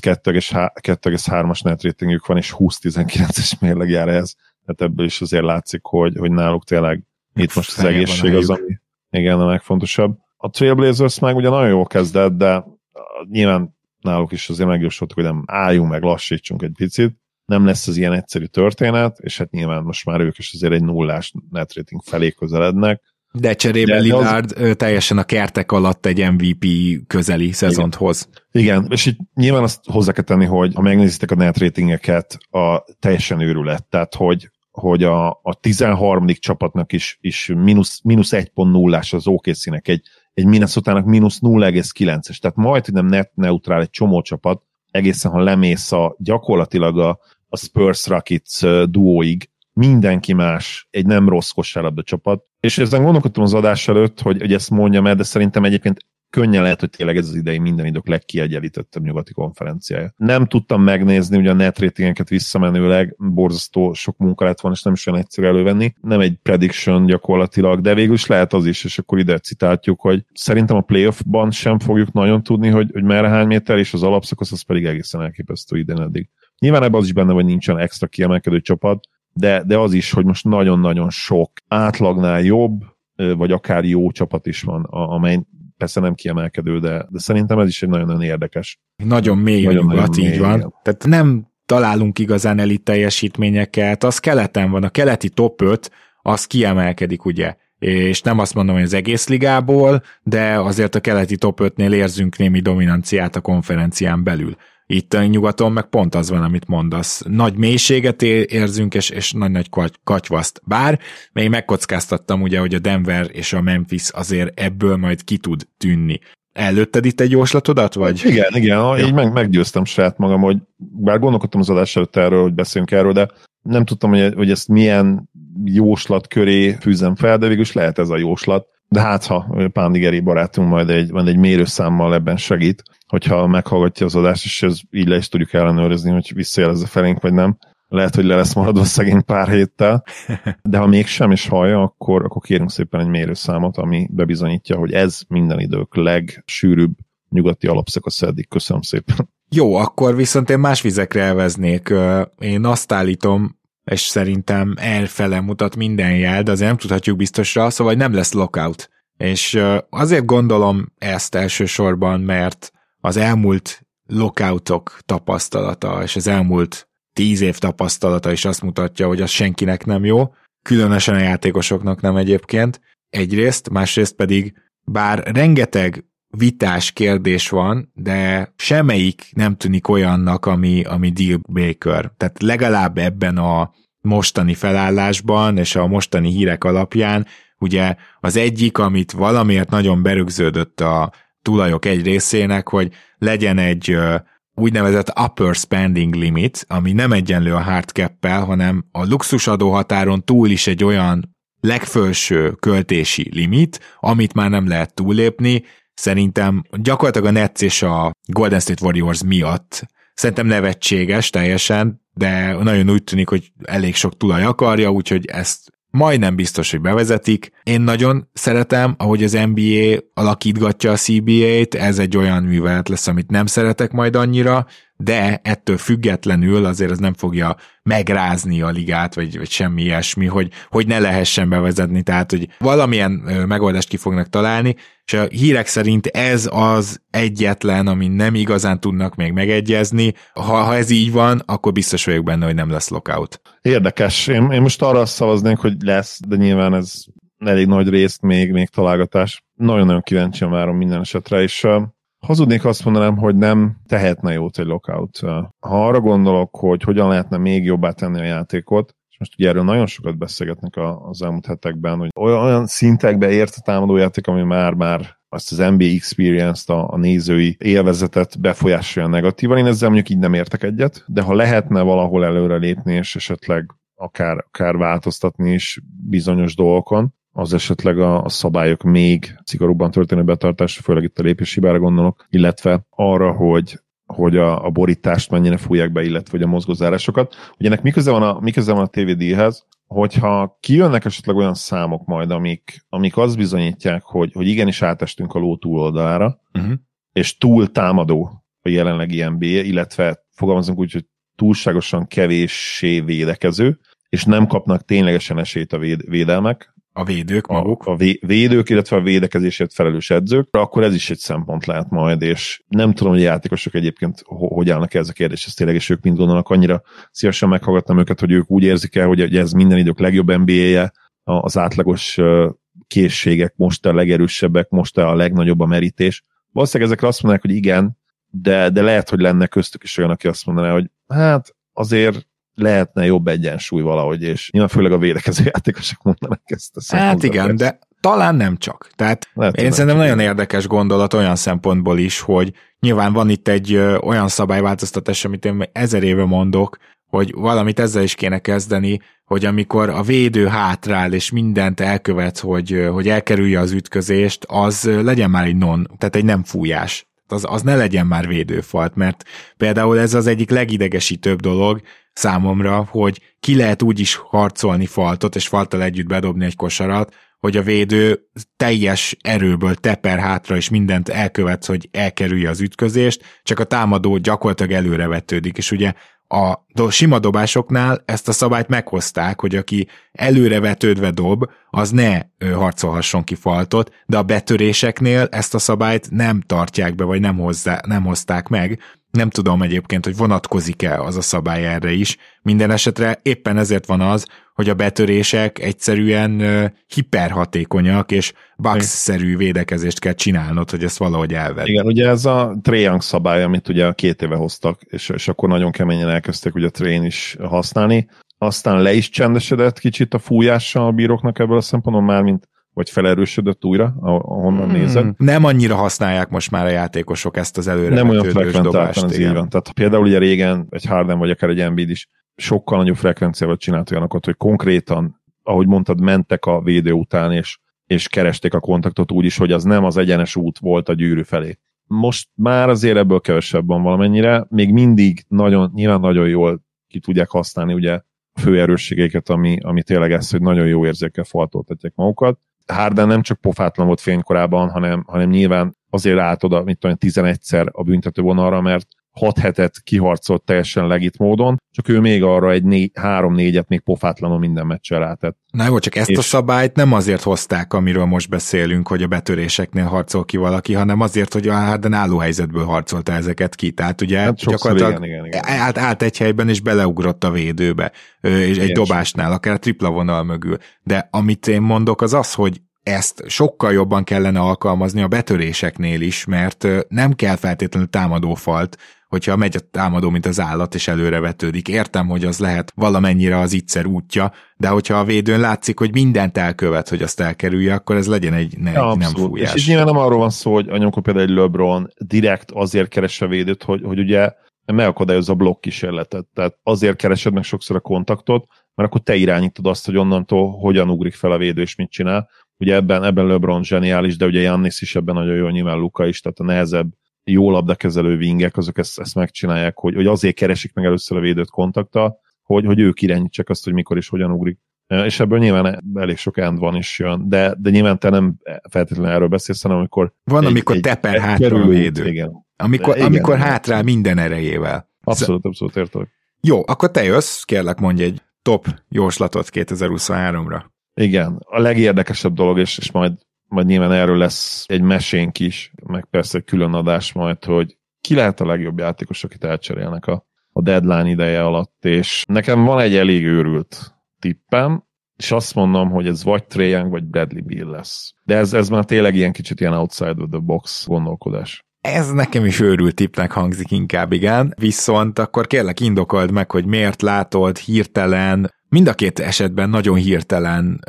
2,3-as net ratingjük van, és 20-19-es mérleg jár ez. Tehát ebből is azért látszik, hogy náluk tényleg itt most az egészség az, ami igen, a legfontosabb. A Trailblazers meg ugye nagyon jól kezdett, de nyilván náluk is azért megjósoltuk, hogy nem álljunk meg, lassítsunk egy picit. Nem lesz az ilyen egyszerű történet, és hát nyilván most már ők is azért egy 0-ás net rating felé közelednek. De cserébe Lillard teljesen a kertek alatt egy MVP közeli szezont hoz. Igen, és itt nyilván azt hozzá kell tenni, hogy ha megnézitek a net ratingeket, teljesen őrület. Tehát, hogy a 13. csapatnak is mínusz 1.0-ás az OKC-nek, egy Minnesota-nak mínusz 0,9-es. Tehát majd nem net neutrál egy csomó csapat, egészen ha lemész gyakorlatilag a Spurs Rockets duóig, mindenki más, egy nem rossz kosárlabda csapat. És ezen gondolkodtam az adás előtt, hogy ezt mondjam el, de szerintem egyébként könnyen lehet, hogy tényleg ez az idei minden idők legkiegyenlítettebb nyugati konferenciája. Nem tudtam megnézni, ugye a net ratingeket visszamenőleg, borzasztó sok munka lett van, és nem is olyan egyszerű elővenni. Nem egy prediction gyakorlatilag, de végül is lehet az is, és akkor ide citáljuk, hogy szerintem a playoffban sem fogjuk nagyon tudni, hogy merre hány méter, és az alapszakasz az pedig egészen elképesztő idén eddig. Nyilván ebben az is benne, hogy nincsen extra kiemelkedő csapat, de az is, hogy most nagyon-nagyon sok átlagnál jobb, vagy akár jó csapat is van, amely persze nem kiemelkedő, de szerintem ez is egy nagyon-nagyon érdekes. Nagyon mély nyugat, így van. Igen. Tehát nem találunk igazán elit teljesítményeket, az keleten van, a keleti top 5, az kiemelkedik, ugye. És nem azt mondom, hogy az egész ligából, de azért a keleti top 5-nél érzünk némi dominanciát a konferencián belül. Itt a nyugaton meg pont az van, amit mondasz. Nagy mélységet érzünk, és nagy-nagy katyvaszt. Bár még megkockáztattam ugye, hogy a Denver és a Memphis azért ebből majd ki tud tűnni. Előtted itt egy jóslatodat, vagy? Igen, ja. Így meggyőztem saját magam, hogy bár gondolkodtam az adás előtt erről, hogy beszéljünk erről, de nem tudtam, hogy ezt milyen jóslat köré fűzem fel, de végülis lehet ez a jóslat. De hát, ha Pándigeri barátunk majd egy mérőszámmal ebben segít, hogyha meghallgatja az adást, és ez így le is tudjuk ellenőrizni, hogy visszajelezze felénk, vagy nem. Lehet, hogy le lesz maradva szegény pár héttel, de ha mégsem is hallja, akkor kérünk szépen egy mérőszámot, ami bebizonyítja, hogy ez minden idők legsűrűbb nyugati alapszakasz eddig. Köszönöm szépen. Jó, akkor viszont én más vizekre elveznék. Én azt állítom, és szerintem elfele mutat minden jel, de azért nem tudhatjuk biztosra, szóval nem lesz lockout. És azért gondolom ezt elsősorban, mert az elmúlt lockoutok tapasztalata, és az elmúlt 10 év tapasztalata is azt mutatja, hogy az senkinek nem jó, különösen a játékosoknak nem egyébként. Egyrészt, másrészt pedig, bár rengeteg vitás kérdés van, de semmelyik nem tűnik olyannak, ami deal breaker. Tehát legalább ebben a mostani felállásban és a mostani hírek alapján, ugye az egyik, amit valamiért nagyon berögződött a tulajok egy részének, hogy legyen egy úgynevezett upper spending limit, ami nem egyenlő a hard cap-pel, hanem a luxusadó határon túl is egy olyan legfelső költési limit, amit már nem lehet túllépni. szerintem gyakorlatilag a Nets és a Golden State Warriors miatt szerintem nevetséges teljesen, de nagyon úgy tűnik, hogy elég sok tulaj akarja, úgyhogy ezt majdnem biztos, hogy bevezetik. Én nagyon szeretem, ahogy az NBA alakítgatja a CBA-t, ez egy olyan művelet lesz, amit nem szeretek majd annyira, de ettől függetlenül azért ez nem fogja megrázni a ligát, vagy semmi ilyesmi, hogy ne lehessen bevezetni, tehát hogy valamilyen megoldást ki fognak találni, és a hírek szerint ez az egyetlen, amin nem igazán tudnak még megegyezni. Ha ez így van, akkor biztos vagyok benne, hogy nem lesz lockout. Érdekes. Én most arra szavaznék, hogy lesz, de nyilván ez elég nagy részt még találgatás. Nagyon-nagyon kíváncsian várom minden esetre, és hazudnék, azt mondanám, hogy nem tehetne jót egy lockout. Ha arra gondolok, hogy hogyan lehetne még jobbá tenni a játékot, és most ugye erről nagyon sokat beszélgetnek az elmúlt hetekben, hogy olyan szintekbe ért a támadójáték, ami már azt az NBA experience-t, a nézői élvezetet befolyásolja negatívan. Én ezzel mondjuk így nem értek egyet, de ha lehetne valahol előre lépni, és esetleg akár változtatni is bizonyos dolgokon, az esetleg a szabályok még szigorúbban történő betartása, főleg itt a lépéshibára gondolok, illetve arra, hogy a borítást mennyire fújják be, illetve hogy a mozgózárásokat. Ugye ennek miközben van a TVD-hez, hogyha kijönnek esetleg olyan számok majd, amik azt bizonyítják, hogy igenis átestünk a ló túloldalára, és túl támadó a jelenlegi NBA, illetve fogalmazunk úgy, hogy túlságosan kevéssé védekező, és nem kapnak ténylegesen esélyt a védelmek, a védők maguk. A védők, illetve a védekezésért felelős edzők, akkor ez is egy szempont lehet majd, és nem tudom, hogy a játékosok egyébként hogy állnak ez a kérdéshez tényleg, és ők mind gondolnak, annyira szívesen meghallgattam őket, hogy ők úgy érzik el, hogy ez minden idők legjobb NBA-je, az átlagos készségek most a legerősebbek, most a legnagyobb a merítés. Valószínűleg ezekre azt mondanák, hogy igen, de lehet, hogy lenne köztük is olyan, aki azt mondaná, hogy hát azért lehetne jobb egyensúly valahogy, és nyilván főleg a védekező játékosok mondanak ezt a szempontot. Hát igen, de talán nem csak. Tehát én szerintem nagyon érdekes gondolat olyan szempontból is, hogy nyilván van itt egy olyan szabályváltoztatás, amit én 1000 éve mondok, hogy valamit ezzel is kéne kezdeni, hogy amikor a védő hátrál és mindent elkövet, hogy elkerülje az ütközést, az legyen már egy tehát egy nem fújás. Az ne legyen már védőfalt, mert például ez az egyik legidegesítőbb dolog számomra, hogy ki lehet úgy is harcolni faltot, és falttal együtt bedobni egy kosarat, hogy a védő teljes erőből teper hátra, és mindent elkövet, hogy elkerülje az ütközést, csak a támadó gyakorlatilag előrevetődik, és ugye a sima dobásoknál ezt a szabályt meghozták, hogy aki előrevetődve dob, az ne harcolhasson ki faltot, de a betöréseknél ezt a szabályt nem tartják be, vagy nem hozták meg. Nem tudom egyébként, hogy vonatkozik-e az a szabály erre is. Minden esetre éppen ezért van az, hogy a betörések egyszerűen hiperhatékonyak, és Bucks-szerű védekezést kell csinálnod, hogy ezt valahogy elvedd. Igen, ugye ez a Trae Young szabály, amit ugye 2 éve hoztak, és akkor nagyon keményen elkezdték ugye a Trae-n is használni. Aztán le is csendesedett kicsit a fújással a bíróknak ebből a szempontból már, mint vagy felerősödött újra, ahonnan nézed. Nem annyira használják most már a játékosok ezt az előrevetődős dobást. Az így van. Tehát például ugye régen egy Harden vagy akár egy Embiid is sokkal nagyobb frekvenciával csinált olyanokat, hogy konkrétan, ahogy mondtad, mentek a védő után, és keresték a kontaktot úgy is, hogy az nem az egyenes út volt a gyűrű felé. Most már azért ebből kevesebb van valamennyire, még mindig nyilván nagyon jól ki tudják használni ugye a fő erősségeiket, ami tényleg ez, hogy nagyon jó érzékkel faltoltatják magukat. Harden nem csak pofátlan volt fénykorában, hanem nyilván azért állt oda, 11-szer a büntetővonalra, mert 6 hetet kiharcolt teljesen legit módon, csak ő még arra egy 3-4-et még pofátlanul minden meccsel rátett. Na jó, csak ezt a szabályt nem azért hozták, amiről most beszélünk, hogy a betöréseknél harcol ki valaki, hanem azért, hogy a Harden állóhelyzetből harcolta ezeket ki. Tehát ugye hát gyakorlatilag igen. Állt egy helyben, és beleugrott a védőbe, és egy dobásnál, akár a tripla vonal mögül. De amit én mondok, az, hogy ezt sokkal jobban kellene alkalmazni a betöréseknél is, mert nem kell feltétlenül támadófalt, hogyha megy a támadó, mint az állat, és előrevetődik. Értem, hogy az lehet valamennyire az ígyszer útja, de hogyha a védőn látszik, hogy mindent elkövet, hogy azt elkerülje, akkor ez legyen egy nem fújás. És nyilván nem arról van szó, hogy anyamkor például egy LeBron direkt azért keres a védőt, hogy ugye megakadályozza a blokk kísérletet. Tehát azért keresed meg sokszor a kontaktot, mert akkor te irányítod azt, hogy onnantól hogyan ugrik fel a védő, és mit csinál. Ugye ebben LeBron zseniális, de ugye Giannis is ebben nagyon jó, nyilván Luka is, tehát a nehezebb, jó labdakezelő wingek, azok ezt megcsinálják, hogy azért keresik meg először a védőt kontakta, hogy ők irányítsák azt, hogy mikor és hogyan ugrik. És ebből nyilván elég sok end van is jön, de nyilván te nem feltétlenül erről beszélsz, hanem amikor... Van, amikor teper hátra a védő. Igen. Amikor hátrál minden erejével. Abszolút értelek. Jó, akkor te jössz, kérlek mondj egy top jóslatot 2023-ra. Igen, a legérdekesebb dolog, és majd nyilván erről lesz egy mesénk is, meg persze egy külön adás majd, hogy ki lehet a legjobb játékos, akit elcserélnek a deadline ideje alatt, és nekem van egy elég őrült tippem, és azt mondom, hogy ez vagy Trae Young, vagy Bradley Beal lesz. De ez már tényleg ilyen kicsit ilyen outside of the box gondolkodás. Ez nekem is őrült tippnek hangzik inkább, igen. Viszont akkor kérlek indokold meg, hogy miért látod hirtelen, mind a két esetben nagyon hirtelen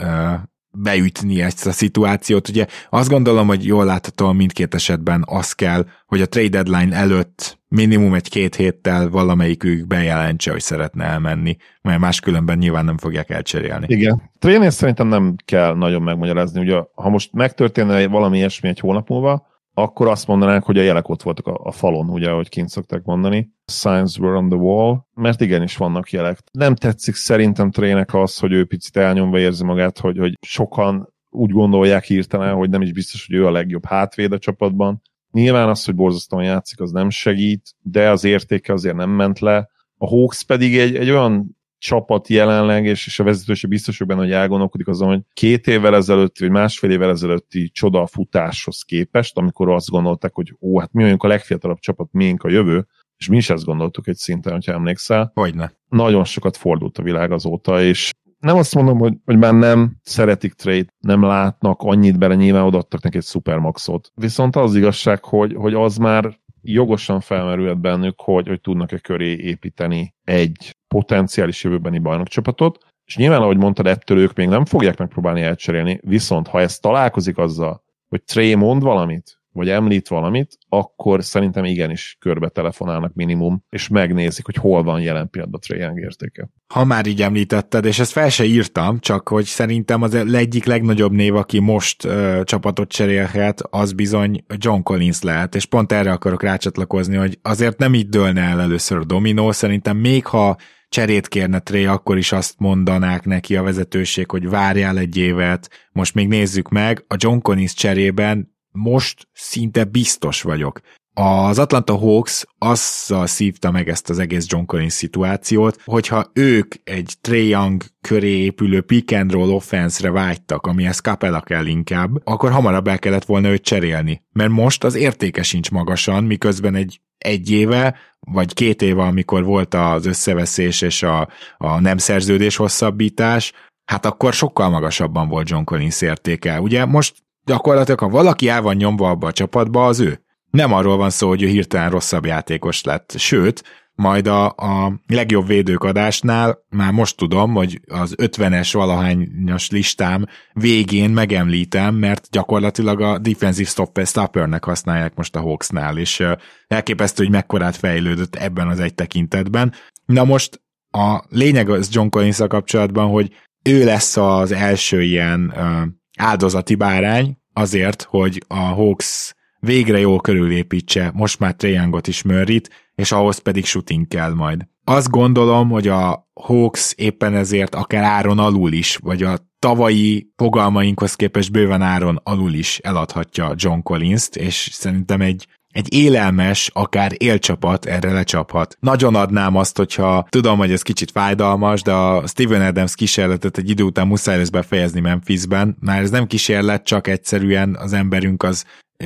beütni ezt a szituációt. Ugye azt gondolom, hogy jól láthatóan mindkét esetben az kell, hogy a trade deadline előtt minimum egy 2 héttel valamelyikük bejelentse, hogy szeretne elmenni, mert máskülönben nyilván nem fogják elcserélni. Igen. Trae szerintem nem kell nagyon megmagyarázni. Ugye, ha most megtörténne valami ilyesmi egy hónap múlva, akkor azt mondanánk, hogy a jelek ott voltak a falon, ugye, ahogy kint szokták mondani. Signs were on the wall, mert igenis vannak jelek. Nem tetszik szerintem Trae-nek az, hogy ő picit elnyomva érzi magát, hogy sokan úgy gondolják hirtelen, hogy nem is biztos, hogy ő a legjobb hátvéd a csapatban. Nyilván az, hogy borzasztóan játszik, az nem segít, de az értéke azért nem ment le. A Hawks pedig egy olyan csapat jelenleg, és a vezetőse biztos benne, hogy elgondolkodik azon, hogy 2 évvel ezelőtti, vagy másfél évvel ezelőtti csoda futáshoz képest, amikor azt gondolták, hogy hát mi vagyunk a legfiatalabb csapat, miénk a jövő, és mi is ezt gondoltuk egy szinten, hogyha emlékszel. Hogyne. Nagyon sokat fordult a világ azóta, és nem azt mondom, hogy már nem szeretik Trae-t, nem látnak annyit bele, nyilván odaadtak neki egy szupermaxot. Viszont az igazság, hogy az már jogosan felmerült bennük, hogy tudnak-e köré építeni egy potenciális jövőbeni bajnokcsapatot, és nyilván, ahogy mondtad, ettől ők még nem fogják megpróbálni elcserélni, viszont ha ez találkozik azzal, hogy Trae mond valamit, vagy említ valamit, akkor szerintem igenis körbe telefonálnak minimum, és megnézik, hogy hol van jelen pillanatban Trae Young értéke. Ha már így említetted, és ezt fel se írtam, csak hogy szerintem az egyik legnagyobb név, aki most csapatot cserélhet, az bizony John Collins lehet, és pont erre akarok rácsatlakozni, hogy azért nem így dőlne el először a dominó, szerintem még ha cserét kérne Trae, akkor is azt mondanák neki a vezetőség, hogy várjál egy évet, most még nézzük meg, a John Collins cserében most szinte biztos vagyok. Az Atlanta Hawks azzal szívta meg ezt az egész John Collins szituációt, hogyha ők egy Trae Young köré épülő pick and roll offense-re vágytak, amihez Capella kell inkább, akkor hamarabb el kellett volna őt cserélni. Mert most az értéke sincs magasan, miközben egy éve, vagy 2 éve, amikor volt az összeveszés és a nem szerződés hosszabbítás, hát akkor sokkal magasabban volt John Collins értéke. Ugye most gyakorlatilag, ha valaki el van nyomva abba a csapatba, az ő. Nem arról van szó, hogy ő hirtelen rosszabb játékos lett. Sőt, majd a legjobb védők adásnál már most tudom, hogy az 50-es valahányas listám végén megemlítem, mert gyakorlatilag a defensive stoppernek használják most a Hawksnál, és elképesztő, hogy mekkorát fejlődött ebben az egy tekintetben. Na most a lényeg az John Collins-a kapcsolatban, hogy ő lesz az első ilyen áldozati bárány azért, hogy a Hawks végre jól körülépítse, most már Trae Youngot is Murrayt, és ahhoz pedig shooting kell majd. Azt gondolom, hogy a Hawks éppen ezért akár áron alul is, vagy a tavalyi fogalmainkhoz képest bőven áron alul is eladhatja John Collins-t, és szerintem egy élelmes, akár élcsapat erre lecsaphat. Nagyon adnám azt, hogyha tudom, hogy ez kicsit fájdalmas, de a Steven Adams kísérletet egy idő után muszáj lesz befejezni Memphisben. Már ez nem kísérlet, csak egyszerűen az emberünk az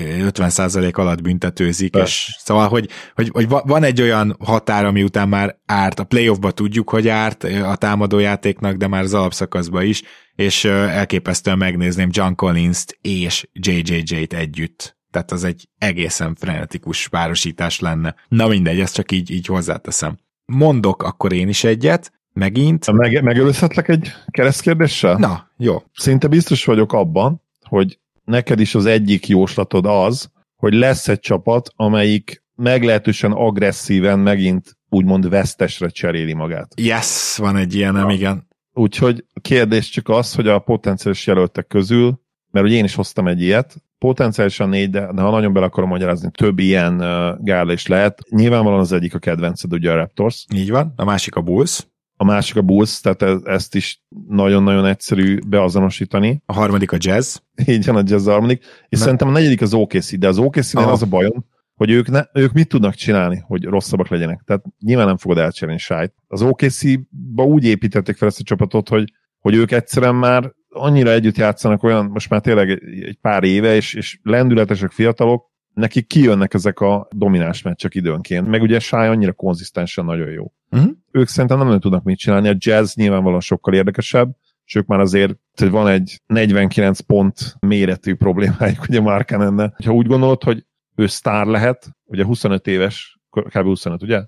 50% alatt büntetőzik, és szóval, hogy van egy olyan határ, ami után már árt, a playoffba tudjuk, hogy árt a támadójátéknak, de már az alapszakaszba is, és elképesztően megnézném John Collins-t és JJJ-t együtt. Tehát az egy egészen frenetikus párosítás lenne. Na mindegy, ezt csak így hozzáteszem. Mondok akkor én is egyet, megint. Megelőzhetlek egy keresztkérdéssel? Na, jó. Szinte biztos vagyok abban, hogy neked is az egyik jóslatod az, hogy lesz egy csapat, amelyik meglehetősen agresszíven megint úgymond vesztesre cseréli magát. Yes, van egy ilyenem, igen. Úgyhogy a kérdés csak az, hogy a potenciális jelöltek közül mert ugye én is hoztam egy ilyet, potenciálisan 4, de ha nagyon bele akarom magyarázni, több ilyen gárda is lehet. Nyilvánvalóan az egyik a kedvenced, ugye a Raptors. Így van, a másik a Bulls. A másik a Bulls, tehát ezt is nagyon-nagyon egyszerű beazonosítani. A harmadik a Jazz. Így van, a Jazz a harmadik. És szerintem a negyedik az OKC, de az OKC-nél az a bajom, hogy ők mit tudnak csinálni, hogy rosszabbak legyenek. Tehát nyilván nem fogod elcserélni Shai-t. Az OKC-ba úgy építették fel ezt a csapatot, hogy ők egyszerűen már annyira együtt játszanak olyan, most már tényleg egy pár éve, és lendületesek, fiatalok, nekik kijönnek ezek a domináns meccsek időnként. Meg ugye Shai annyira konzisztensen nagyon jó. Ők szerintem nem tudnak mit csinálni. A Jazz nyilvánvalóan sokkal érdekesebb, és ők már azért, hogy van egy 49 pont méretű problémájuk, ugye Mark Cannonnel. Ha úgy gondolod, hogy ő sztár lehet, ugye 25 éves, kb. 25, ugye?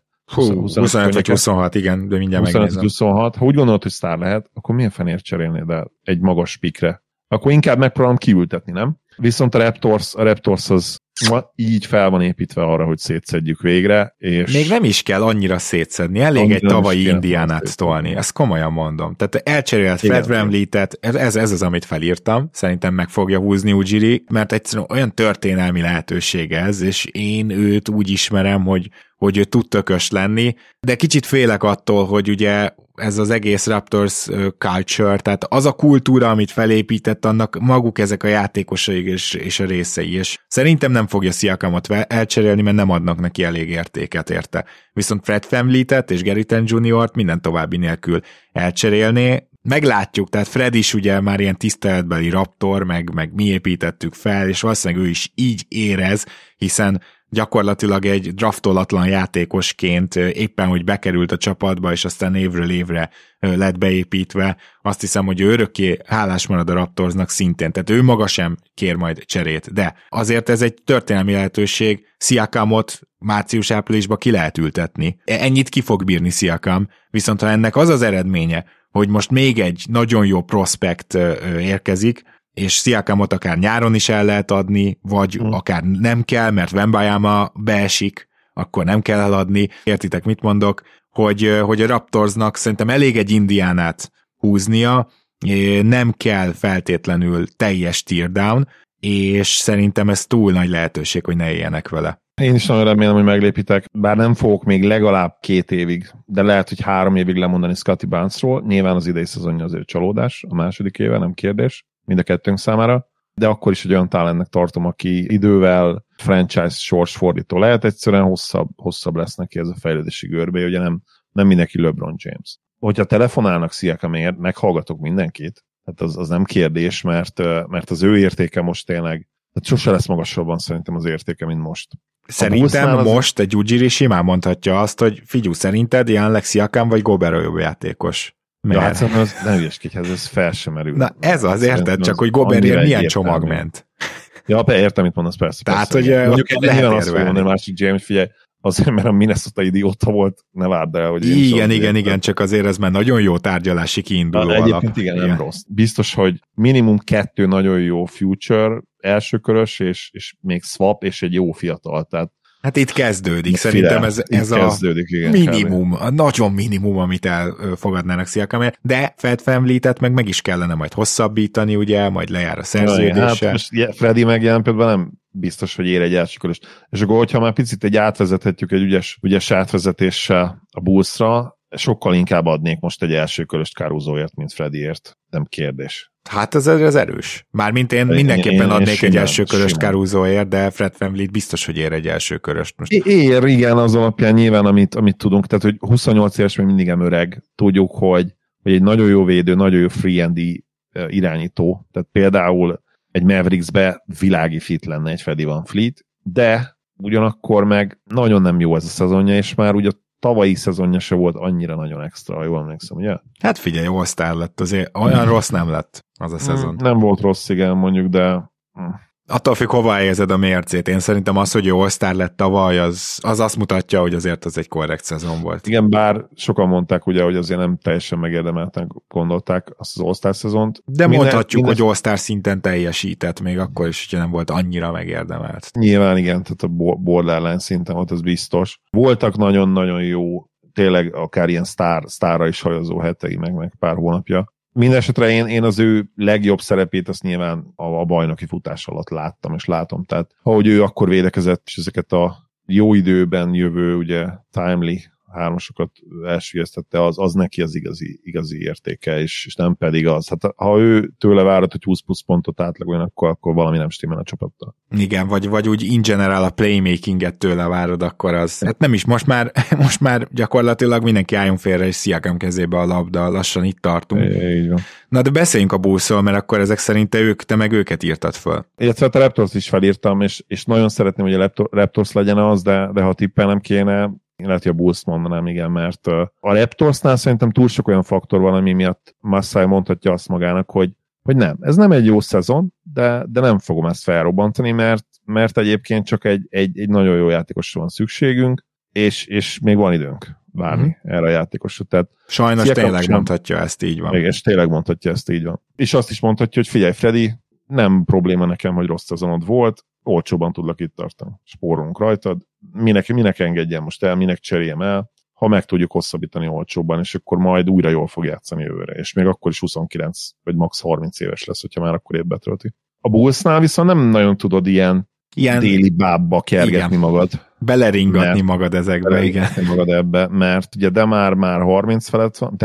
25 vagy 26, igen, de mindjárt megnézem. 26, ha úgy gondolod, hogy sztár lehet, akkor milyen fenért cserélnéd el egy magas pikre? Akkor inkább megpróbálom kiültetni, nem? Viszont a Raptors az így fel van építve arra, hogy szétszedjük végre, és... Még nem is kell annyira szétszedni, elég egy tavalyi Indiánát tolni, ezt komolyan mondom. Tehát elcserélt Fred VanVleetet, ez az, amit felírtam, szerintem meg fogja húzni Ujiri, mert egyszerűen olyan történelmi lehetőség ez, és én őt úgy ismerem, hogy ő tud tökös lenni, de kicsit félek attól, hogy ugye ez az egész Raptors culture, tehát az a kultúra, amit felépített, annak maguk ezek a játékosai és a részei, és szerintem nem fogja Siakamot elcserélni, mert nem adnak neki elég értéket érte. Viszont Fred VanVleetet és Gary Trent Jr.-t minden további nélkül elcserélné. Meglátjuk, tehát Fred is ugye már ilyen tiszteletbeli Raptor, meg mi építettük fel, és valószínűleg ő is így érez, hiszen gyakorlatilag egy draftolatlan játékosként éppen, hogy bekerült a csapatba, és aztán évről évre lett beépítve. Azt hiszem, hogy ő örökké hálás marad a Raptorsnak szintén, tehát ő maga sem kér majd cserét. De azért ez egy történelmi lehetőség, Siakamot március-áprilisban ki lehet ültetni. Ennyit ki fog bírni Siakam, viszont ha ennek az az eredménye, hogy most még egy nagyon jó prospekt érkezik, és Siakamot akár nyáron is el lehet adni, vagy akár nem kell, mert Wembanyama beesik, akkor nem kell eladni. Értitek, mit mondok? Hogy a Raptorsnak szerintem elég egy Indiánát húznia, nem kell feltétlenül teljes teardown, és szerintem ez túl nagy lehetőség, hogy ne éljenek vele. Én is nagyon remélem, hogy meglépitek, bár nem fogok még legalább 2 évig, de lehet, hogy 3 évig lemondani Scottie Barnesról. Nyilván az idei szezonja azért csalódás, a második éve, nem kérdés, mind a kettőnk számára, de akkor is egy olyan talentnek tartom, aki idővel franchise sorsfordító lehet, egyszerűen hosszabb lesz neki ez a fejlődési görbe, ugye nem mindenki LeBron James. Hogyha telefonálnak Siakamért, meghallgatok mindenkit, hát az nem kérdés, mert az ő értéke most tényleg, hát sose lesz magasabban szerintem az értéke, mint most. Szerintem most egy Ujiri simán mondhatja azt, hogy figyelj, szerinted jelenleg Siakam vagy Gobert a jobb játékos? Ja, hát szerintem az nem ügyeskedj, ez fel sem merül. Na ez az, érted? Csak hogy Gobertért milyen csomag ment. Ja, értem, mit mondasz, persze. Tehát, hogy mondjuk lehet azt mondani, a másik James, figyelj, azért, mert a Minnesota idióta volt, ne várd el, hogy igen, csak azért ez már nagyon jó tárgyalási kiinduló alap. Egyébként igen, nem rossz. Biztos, hogy minimum 2 nagyon jó future elsőkörös, és még swap, és egy jó fiatal, tehát hát itt kezdődik, szerintem ez a igen, minimum, a nagyon minimum, amit elfogadnának Siakamért, de Fred VanVleetet meg is kellene majd hosszabbítani, ugye, majd lejár a szerződése. Hát most Freddy meg jelen például nem biztos, hogy ér egy elsőköröst. És akkor, hogyha már picit egy átvezethetjük egy ügyes átvezetéssel a Bullsra, sokkal inkább adnék most egy elsőköröst Carusoért, mint Freddyért. Nem kérdés. Hát ez erős. Mármint én mindenképpen adnék egy elsőköröst Carusoért, de Fred VanVleet biztos, hogy ér egy elsőköröst. Most. Ér, igen, az alapján nyilván, amit tudunk. Tehát, hogy 28 éves még mindig öreg. Tudjuk, hogy egy nagyon jó védő, nagyon jó free and irányító. Tehát például egy Mavericksbe világi fit lenne egy Freddy VanVleet, de ugyanakkor meg nagyon nem jó ez a szezonja, és már ugye tavalyi szezonja se volt annyira nagyon extra, jól emlékszem, ugye? Hát figyelj, All-Star lett, azért olyan rossz nem lett az a szezon. Nem volt rossz, igen, mondjuk, de... Attól függ, hova helyezed a mércét. Én szerintem az, hogy All-Star lett tavaly, az azt mutatja, hogy azért az egy korrekt szezon volt. Igen, bár sokan mondták ugye, hogy azért nem teljesen megérdemelten gondolták azt az All-Star szezont. De mondhatjuk, hogy All-Star szinten teljesített, még akkor is, hogyha nem volt annyira megérdemelt. Nyilván igen, tehát a borderline szinten volt, az biztos. Voltak nagyon-nagyon jó, tényleg akár ilyen sztárra is hajazó hetei, meg pár hónapja, Mindenesetre én az ő legjobb szerepét azt nyilván a bajnoki futás alatt láttam, és látom. Tehát ahogy ő akkor védekezett, és ezeket a jó időben jövő, ugye, timely hármasokat elsüllyesztette, az neki az igazi értéke, és nem pedig az. Hát ha ő tőle várat, hogy 20 plusz pontot átlagoljon, akkor valami nem stimmel a csapattal. Igen, vagy úgy in general a playmakinget tőle várod, akkor az. Hát nem is, most már gyakorlatilag mindenki álljon félre, és Siakam kezébe a labda, lassan itt tartunk. Így van. Na de beszéljünk a Bullsról, mert akkor ezek szerint te meg őket írtad föl. Illetve a Raptors is felírtam, és nagyon szeretném, hogy a Raptors legyen az, de ha tippelnem kéne, én lehet, hogy a Bulls mondanám, igen, mert a Raptorsnál szerintem túl sok olyan faktor van, ami miatt Masai mondhatja azt magának, hogy nem, ez nem egy jó szezon, de nem fogom ezt felrobbantani, mert egyébként csak egy nagyon jó játékosra van szükségünk, és még van időnk várni erre a játékosra. Tehát sajnos tényleg mondhatja ezt, így van. És tényleg mondhatja ezt, így van. És azt is mondhatja, hogy figyelj, Freddy, nem probléma nekem, hogy rossz szezonod volt, olcsóban tudlak itt tartani. Spórolunk rajtad, minek engedjen most el, minek cseréljem el, ha meg tudjuk hosszabbítani olcsóbban, és akkor majd újra jól fog játszani jövőre, és még akkor is 29 vagy max 30 éves lesz, hogyha már akkor épp betölti. A Bullsnál viszont nem nagyon tudod ilyen déli bábba kergetni magad. Beleringatni magad ezekbe, igen. Magad ebbe, mert ugye de már 30 felett van,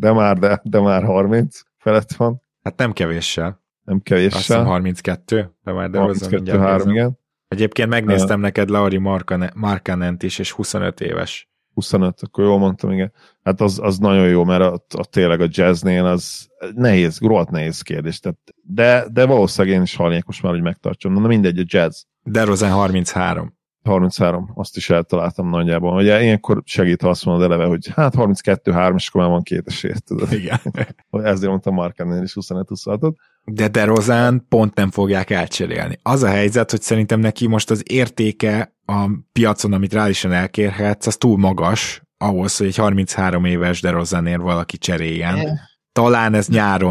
de már 30 felett van. Hát nem kevéssel. Nem kevéssel. Azt hiszem 32, de már de 32-3, igen. Egyébként megnéztem neked Lauri Markkanent is, és 25 éves. 25, akkor jól mondtam, igen. Hát az nagyon jó, mert tényleg a Jazznél az nehéz, rohadt nehéz kérdés. Tehát, de valószínűleg én is halnék most már, hogy megtartsam. Na mindegy, a Jazz. DeRozan 33. 33, azt is eltaláltam nagyjából. Ugye ilyenkor segít, ha azt mondod eleve, hogy hát 32-3, és akkor már van két esély. Igen. Ezért mondtam Markkanennél is 25-26-ot. De DeRozan pont nem fogják elcserélni. Az a helyzet, hogy szerintem neki most az értéke a piacon, amit reálisan elkérhetsz, az túl magas ahhoz, hogy egy 33 éves DeRozanért valaki cseréljen. Talán ez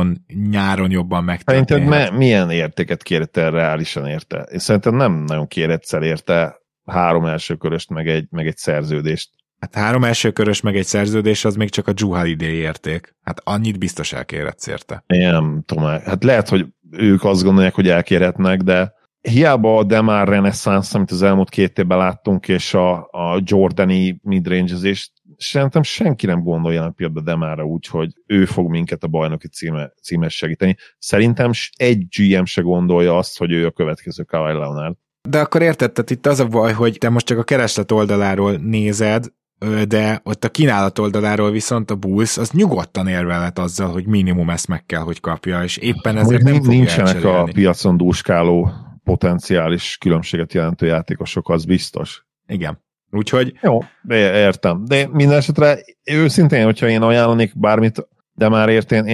nyáron jobban megtörténhet. Szerinted milyen értéket kérhet el reálisan érte? Én szerintem nem nagyon kérhetsz el érte 3 elsőköröst, meg egy szerződést. Hát 3 elsőkörös, meg egy szerződés, az még csak a Jrue Holiday érték. Hát annyit biztos elkérhetsz érte. Én nem tudom. Hát lehet, hogy ők azt gondolják, hogy elkérhetnek, de hiába a DeMar reneszánsz, amit az elmúlt 2 évben láttunk, és a Jordani midrange-ezést, szerintem senki nem gondolja a pillanatban DeMarra úgy, hogy ő fog minket a bajnoki címes segíteni. Szerintem egy GM se gondolja azt, hogy ő a következő Kawhi Leonard. De akkor érted, tehát itt az a baj, hogy te most csak a kereslet oldaláról nézed, de ott a kínálat oldaláról viszont a Bulls az nyugodtan érvelhet azzal, hogy minimum ezt meg kell, hogy kapja, és éppen ezért nem fogja nincsenek elcserélni. A piacon dúskáló potenciális különbséget jelentő játékosok, az biztos. Igen. Úgyhogy... Jó, értem. De minden esetre őszintén, hogyha én ajánlanék bármit, de már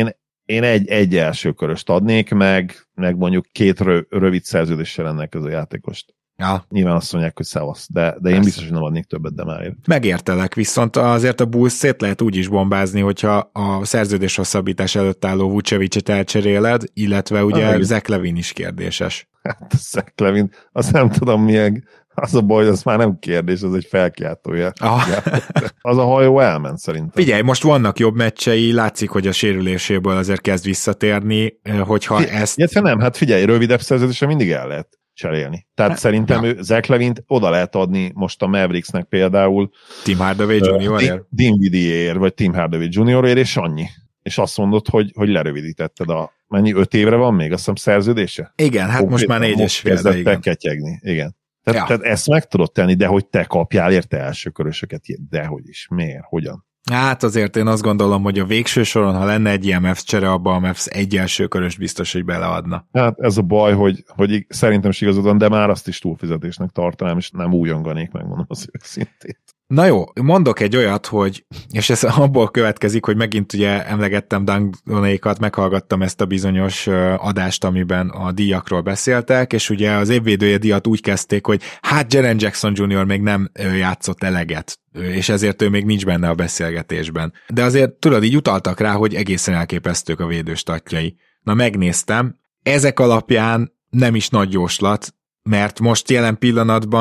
én egy elsőköröst adnék, meg mondjuk 2 rövid szerződéssel rendelkező játékost. Ja. Nyilván azt mondják, hogy szevasz, de én biztos, hogy nem adnék többet, de már ér. Megértelek, viszont azért a Bulls szét lehet úgy is bombázni, hogyha a szerződés hosszabbítás előtt álló Vucevicet elcseréled, illetve ugye Zach LaVine is kérdéses. Hát Zach LaVine, azt nem tudom milyen, az a baj, az már nem kérdés, az egy felkiáltója. Az a hajó elment szerintem. Figyelj, most vannak jobb meccsei, látszik, hogy a sérüléséből azért kezd visszatérni, hogyha ezt... Illetve nem, hát figyelj, rövidebb szerződésre mindig el lehet cserélni. Tehát szerintem Zach LaVine-t oda lehet adni most a Mavericksnek például Tim Hardaway Jr.-ért? Dinwiddie-ért, vagy Tim Hardaway Jr.-ért, és annyi. És azt mondod, hogy lerövidítetted mennyi 5 évre van még, azt hiszem szerződése? Igen, hát most már 4,5, de igen. Ketyegni, igen. Tehát ezt meg tudod tenni, de hogy te kapjál érte elsőkörösöket, dehogy is, miért, hogyan? Hát azért én azt gondolom, hogy a végső soron, ha lenne egy ilyen Mavs csere, abban a Mavs egy elsőkörös biztos, hogy beleadna. Hát ez a baj, hogy szerintem is igazad van, de már azt is túlfizetésnek tartanám, és nem újonganék, megmondom az őszintét. Na jó, mondok egy olyat, hogy, és ez abból következik, hogy megint ugye emlegettem Dunganékat, meghallgattam ezt a bizonyos adást, amiben a díjakról beszéltek, és ugye az évvédője díjat úgy kezdték, hogy hát Jaren Jackson Jr. még nem játszott eleget, és ezért ő még nincs benne a beszélgetésben. De azért tudod, így utaltak rá, hogy egészen elképesztők a védőstatjai. Na megnéztem, ezek alapján nem is nagy jóslat, mert most jelen pillanatban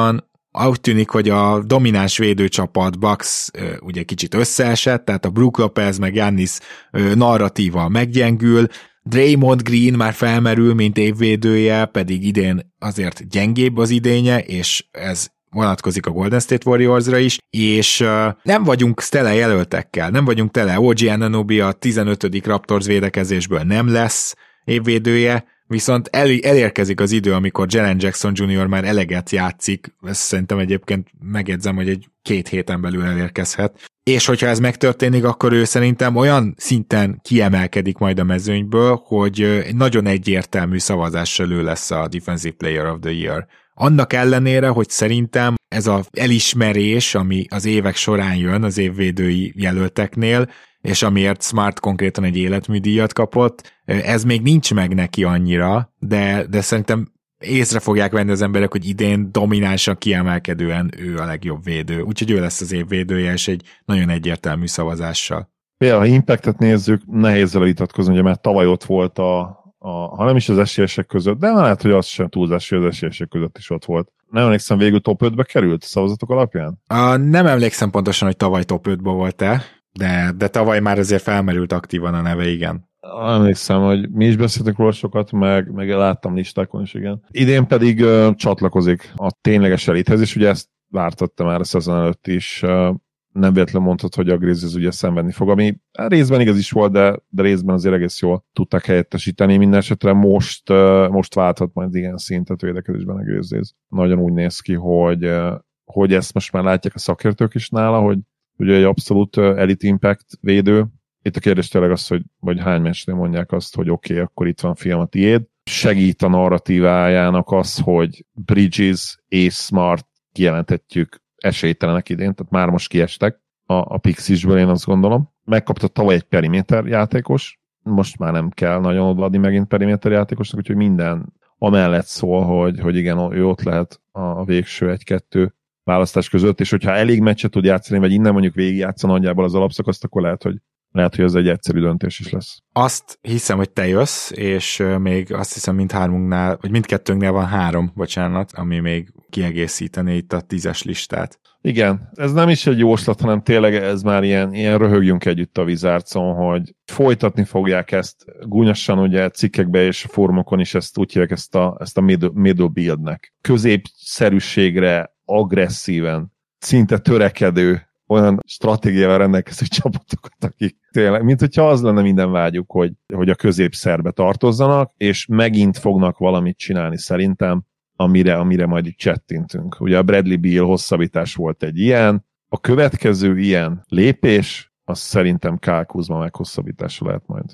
úgy tűnik, hogy a domináns védőcsapat Bucks ugye kicsit összeesett, tehát a Brook Lopez meg Giannis narratíva meggyengül, Draymond Green már felmerül, mint évvédője, pedig idén azért gyengébb az idénye, és ez vonatkozik a Golden State Warriorsra is, és nem vagyunk tele jelöltekkel, nem vagyunk tele. OG Anunoby a 15. Raptors védekezésből nem lesz évvédője, viszont elérkezik az idő, amikor Jaren Jackson Jr. már eleget játszik, ezt szerintem egyébként megjegyzem, hogy egy 2 héten belül elérkezhet, és hogyha ez megtörténik, akkor ő szerintem olyan szinten kiemelkedik majd a mezőnyből, hogy egy nagyon egyértelmű szavazással ő lesz a Defensive Player of the Year. Annak ellenére, hogy szerintem ez az elismerés, ami az évek során jön az évvédői jelölteknél, és amiért Smart konkrétan egy életműdíjat kapott, ez még nincs meg neki annyira, de szerintem észre fogják venni az emberek, hogy idén dominánsan kiemelkedően ő a legjobb védő. Úgyhogy ő lesz az év védője, és egy nagyon egyértelmű szavazással. Például, ha Impactet nézzük, nehéz vele vitatkozni, ugye már tavaly ott volt ha nem is az esélyesek között, de lehet, hogy az sem túlzás, hogy az esélyesek között is ott volt. Nem emlékszem, végül top 5-be került szavazatok alapján? Nem emlékszem pontosan, hogy tavaly top 5-be volt-e, de tavaly már azért felmerült aktívan a neve, igen. Emlékszem, hogy mi is beszéltünk róla sokat, meg láttam listákon is, igen. Idén pedig csatlakozik a tényleges elithez, és ugye ezt vártatta már a szezon előtt is. Nem véletlenül mondtad, hogy a Grizzlies ugye szenvedni fog, ami részben igaz is volt, de részben azért egész jól tudták helyettesíteni. Minden esetre most válthat majd igen szintet védekezésben a Grizzlies. Nagyon úgy néz ki, hogy ezt most már látják a szakértők is nála, hogy ugye egy abszolút elite impact védő. Itt a kérdés tényleg az, hogy hány meccsnél mondják azt, hogy oké, akkor itt van film a tiéd. Segít a narratívájának az, hogy Bridges és Smart kijelentetjük esélytelenek idén, tehát már most kiestek a Pixisből, én azt gondolom. Megkapta tavaly egy periméter játékos, most már nem kell nagyon odaadni megint periméter játékosnak, úgyhogy minden amellett szól, hogy igen, ő ott lehet a végső 1-2 választás között, és hogyha elég meccset tud játszani, vagy innen mondjuk végigjátszani nagyjából az alapszakaszt, akkor lehet, hogy ez egy egyszerű döntés is lesz. Azt hiszem, hogy te jössz, és még azt hiszem mindkettőnknél van 3, bocsánat, ami még kiegészítené itt a 10-es listát. Igen, ez nem is egy jóslat, hanem tényleg ez már ilyen röhögjünk együtt a Wizardson, hogy folytatni fogják ezt gúnyosan, ugye cikkekbe és a fórumokon is ezt úgy hívják ezt a middle buildnek. Középszerűségre, agresszíven, szinte törekedő, olyan stratégiával rendelkező csapatokat, akik tényleg, mint hogyha az lenne minden vágyuk, hogy a középszerbe tartozzanak, és megint fognak valamit csinálni szerintem, amire majd itt csettintünk. Ugye a Bradley Beal hosszabbítás volt egy ilyen, a következő ilyen lépés, az szerintem Kyle Kuzma meghosszabbítása lehet majd.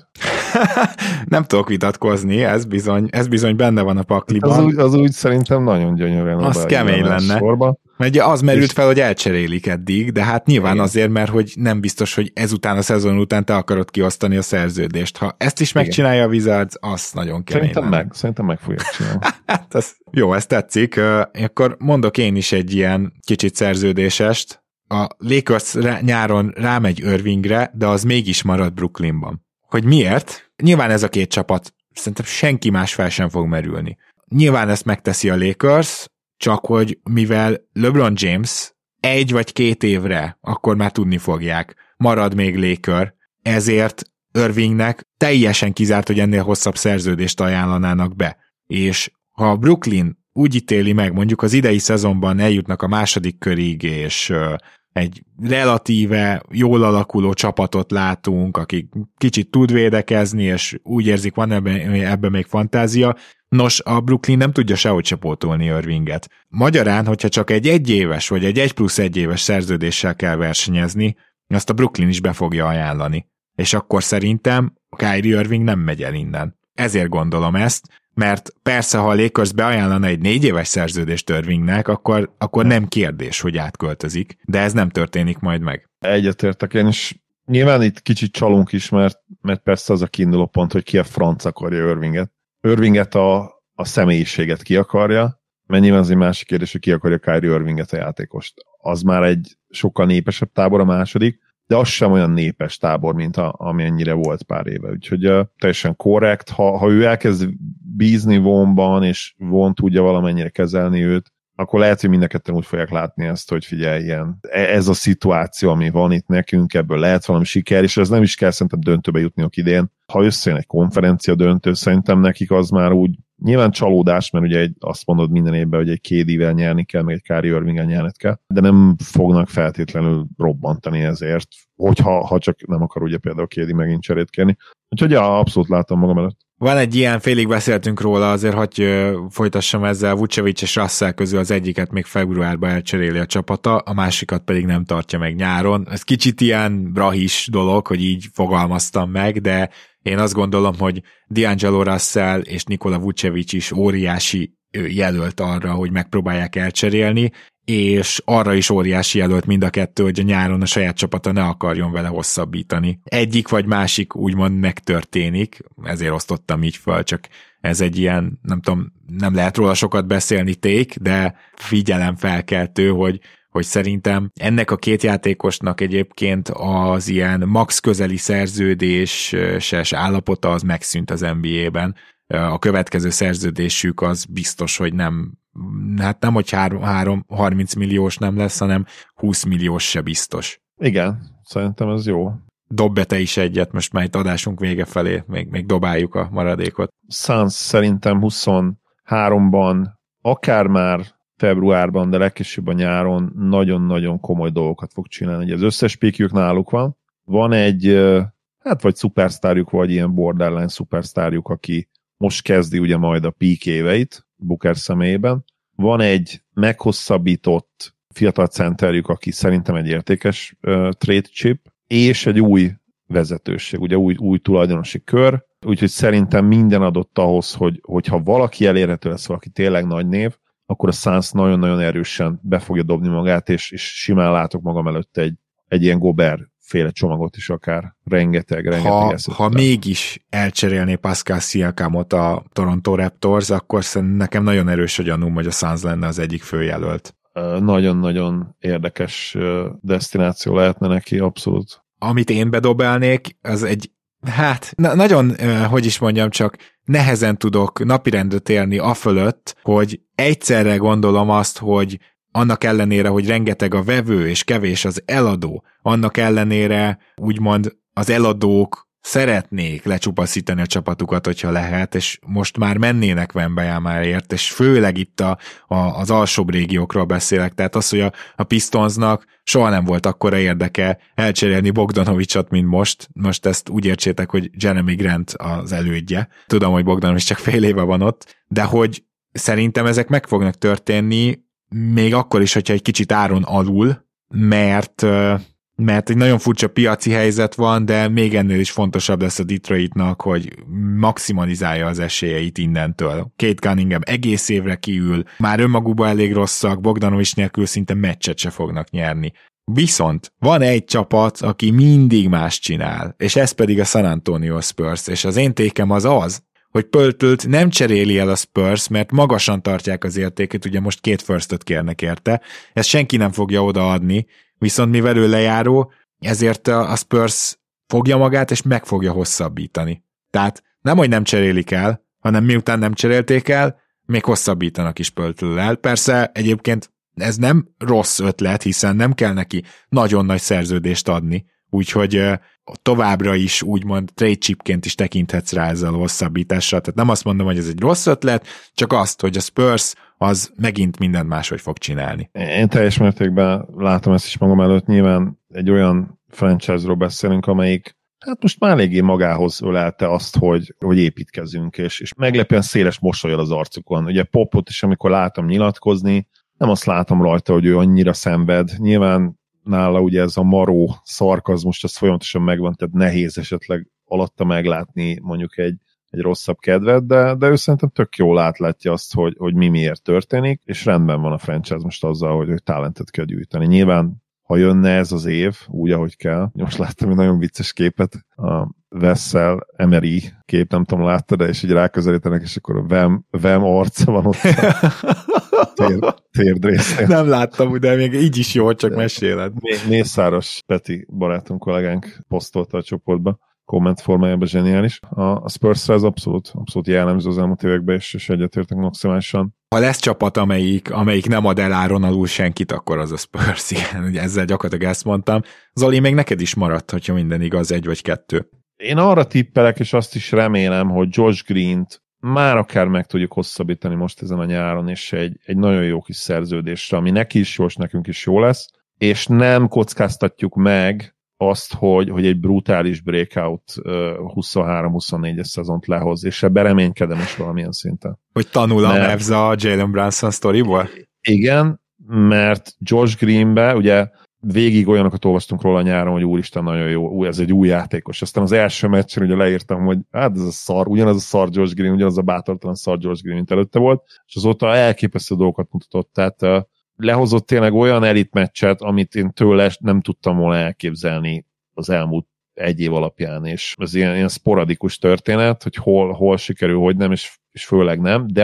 Nem tudok vitatkozni, ez bizony benne van a pakliban. Az úgy szerintem nagyon gyönyörűen. Az kemény lenne. Sorba. Mert ugye az merült fel, hogy elcserélik eddig, de hát nyilván igen. Azért, mert hogy nem biztos, hogy ezután a szezon után te akarod kiosztani a szerződést. Ha ezt is megcsinálja a Wizards, az nagyon kemény Szerintem meg fogják csinálni. Hát jó, ez tetszik. Akkor mondok én is egy ilyen kicsit szerződésest. A Lakers nyáron rámegy Irvingre, de az mégis marad Brooklynban. Hogy miért? Nyilván ez a két csapat, szerintem senki más fel sem fog merülni. Nyilván ezt megteszi a Lakers, csak hogy mivel LeBron James 1 vagy 2 évre, akkor már tudni fogják, marad még Laker, ezért Irvingnek teljesen kizárt, hogy ennél hosszabb szerződést ajánlanának be. És ha a Brooklyn úgy ítéli meg, mondjuk az idei szezonban eljutnak a második körig, és egy relatíve jól alakuló csapatot látunk, aki kicsit tud védekezni, és úgy érzik, van ebben még fantázia. Nos, a Brooklyn nem tudja sehogy se pótolni Irvinget. Magyarán, hogyha csak egy 1 éves vagy egy 1+1 éves szerződéssel kell versenyezni, azt a Brooklyn is be fogja ajánlani. És akkor szerintem Kyrie Irving nem megy el innen. Ezért gondolom ezt, mert persze, ha a Lakers beajánlana egy 4 éves szerződést Irvingnek, akkor nem kérdés, hogy átköltözik, de ez nem történik majd meg. Egyetértek én is. Nyilván itt kicsit csalunk is, mert persze az a kiinduló pont, hogy ki a franc akarja Irvinget. Irvinget a személyiséget ki akarja, mert nyilván az egy másik kérdés, hogy ki akarja Kyrie Irvinget a játékost. Az már egy sokkal népesebb tábor a második, de az sem olyan népes tábor, mint amennyire volt pár éve. Úgyhogy teljesen korrekt. Ha ő elkezd bízni Vonban, és Von tudja valamennyire kezelni őt, akkor lehet, hogy mind a ketten úgy fogják látni ezt, hogy figyelj, ilyen, ez a szituáció, ami van itt nekünk, ebből lehet valami siker, és ez nem is kell szerintem döntőbe jutniuk idén. Ha összejön egy konferencia döntő, szerintem nekik az már úgy nyilván csalódás, mert ugye azt mondod minden évben, hogy egy KD-vel nyerni kell, meg egy Kyrie Irving-el nyerni kell, de nem fognak feltétlenül robbantani ezért, hogyha csak nem akar ugye például KD megint cserét kérni. Úgyhogy ja, abszolút látom magam előtt. Van egy ilyen, félig beszéltünk róla, azért hogy folytassam ezzel, Vucevic és Russell közül az egyiket még februárban elcseréli a csapata, a másikat pedig nem tartja meg nyáron. Ez kicsit ilyen brahis dolog, hogy így fogalmaztam meg, de én azt gondolom, hogy D'Angelo Russell és Nikola Vucevic is óriási jelölt arra, hogy megpróbálják elcserélni, és arra is óriási jelölt mind a kettő, hogy a nyáron a saját csapata ne akarjon vele hosszabbítani. Egyik vagy másik úgymond megtörténik, ezért osztottam így fel, csak ez egy ilyen, nem tudom, nem lehet róla sokat beszélni de figyelemfelkeltő, hogy szerintem ennek a két játékosnak egyébként az ilyen max közeli szerződéses állapota az megszűnt az NBA-ben. A következő szerződésük az biztos, hogy nem, hát nem, hogy 30 milliós nem lesz, hanem 20 milliós se biztos. Igen, szerintem ez jó. Dob be te is egyet, most már itt adásunk vége felé, még dobáljuk a maradékot. Suns szerintem 23-ban, akár már februárban, de legkésőbb a nyáron nagyon-nagyon komoly dolgokat fog csinálni. Ugye az összes pikjük náluk van. Van egy, hát vagy szupersztárjuk, vagy ilyen borderline szupersztárjuk, aki most kezdi ugye majd a peak éveit Booker személyében. Van egy meghosszabbított fiatal centerjük, aki szerintem egy értékes trade chip, és egy új vezetőség, ugye új tulajdonosi kör, úgyhogy szerintem minden adott ahhoz, hogyha valaki elérhető lesz, valaki tényleg nagy név, akkor a Suns nagyon-nagyon erősen be fogja dobni magát, és simán látok magam előtt egy ilyen Gobert féle csomagot is akár. Rengeteg ha mégis elcserélné Pascal Siakamot a Toronto Raptors, akkor nekem nagyon erős a gyanúm, hogy a Suns lenne az egyik főjelölt. Nagyon-nagyon érdekes desztináció lehetne neki, abszolút. Amit én bedobálnék, az egy nagyon, hogy is mondjam, csak nehezen tudok napirendre térni afölött, hogy egyszerre gondolom azt, hogy annak ellenére, hogy rengeteg a vevő és kevés az eladó, annak ellenére úgymond az eladók szeretnék lecsupaszítani a csapatukat, hogyha lehet, és most már mennének Wembanyámáért, és főleg itt az alsóbb régiókról beszélek, tehát az, hogy a Pistonsnak soha nem volt akkora érdeke elcserélni Bogdanovicsot, mint most. Most ezt úgy értsétek, hogy Jeremy Grant az elődje. Tudom, hogy Bogdanovics csak fél éve van ott, de hogy szerintem ezek meg fognak történni, még akkor is, hogyha egy kicsit áron alul, mert egy nagyon furcsa piaci helyzet van, de még ennél is fontosabb lesz a Detroitnak, hogy maximalizálja az esélyeit innentől. Kate Cunningham egész évre kiül, már önmagukban elég rosszak, Bogdanovics nélkül szinte meccset se fognak nyerni. Viszont van egy csapat, aki mindig más csinál, és ez pedig a San Antonio Spurs, és az én tékem az, hogy Pöltölt nem cseréli el a Spurs, mert magasan tartják az értékét, ugye most 2 firstöt kérnek érte, ezt senki nem fogja odaadni, viszont mivel ő lejáró, ezért a Spurs fogja magát, és meg fogja hosszabbítani. Tehát nem, hogy nem cserélik el, hanem miután nem cserélték el, még hosszabbítanak is Pöltőllel. Persze egyébként ez nem rossz ötlet, hiszen nem kell neki nagyon nagy szerződést adni, úgyhogy továbbra is úgymond trade chipként is tekinthetsz rá ezzel a hosszabbításra. Tehát nem azt mondom, hogy ez egy rossz ötlet, csak azt, hogy a Spurs az megint mindent máshogy fog csinálni. Én teljes mértékben látom ezt is magam előtt. Nyilván egy olyan franchise-ról beszélünk, amelyik hát most már eléggé magához ölelte azt, hogy építkezünk, és meglepően széles mosolyal az arcukon. Ugye Popot is, amikor látom nyilatkozni, nem azt látom rajta, hogy ő annyira szenved. Nyilván nála ugye ez a maró szarkazmus, az folyamatosan megvan, tehát nehéz esetleg alatta meglátni mondjuk egy rosszabb kedvet, de ő szerintem tök jól átlátja azt, hogy mi miért történik, és rendben van a franchise most azzal, hogy talentet kell gyűjteni. Nyilván, ha jönne ez az év, úgy, ahogy kell, most láttam egy nagyon vicces képet, a Vessel Emery kép, nem tudom, láttad, és így ráközelítenek, és akkor a Vem arca van ott a térdrésznél. Nem láttam, de még így is jó, csak meséled. Mészáros Peti barátunk, kollégánk posztolta a csoportba. komment formájában zseniális. A Spurs-re ez abszolút jellemző az elmúlt években, és egyetértek maximálisan. Ha lesz csapat, amelyik nem ad el áron alul senkit, akkor az a Spurs, igen. Ugye ezzel gyakorlatilag ezt mondtam. Zoli, még neked is maradt, hogyha minden igaz, 1 vagy 2. Én arra tippelek, és azt is remélem, hogy Josh Greent már akár meg tudjuk hosszabbítani most ezen a nyáron, és egy nagyon jó kis szerződésre, ami neki is jó, és nekünk is jó lesz, és nem kockáztatjuk meg azt, hogy egy brutális breakout 23-24-es szezont lehoz, és ebben reménykedem is valamilyen szinten. Hogy tanul a Mavs a Jalen Brunson sztoriból? Igen, mert Josh Greenbe, ugye végig olyanokat olvastunk róla nyáron, hogy úristen, nagyon jó, ez egy új játékos. Aztán az első meccsen ugye leírtam, hogy hát ez a szar, ugyanaz a szar Josh Green, ugyanaz a bátortalan szar Josh Green, mint előtte volt, és azóta elképesztő dolgokat mutatott, tehát lehozott tényleg olyan elit meccset, amit én tőle nem tudtam volna elképzelni az elmúlt 1 év alapján, és ez ilyen sporadikus történet, hogy hol sikerül, hogy nem, és főleg nem, de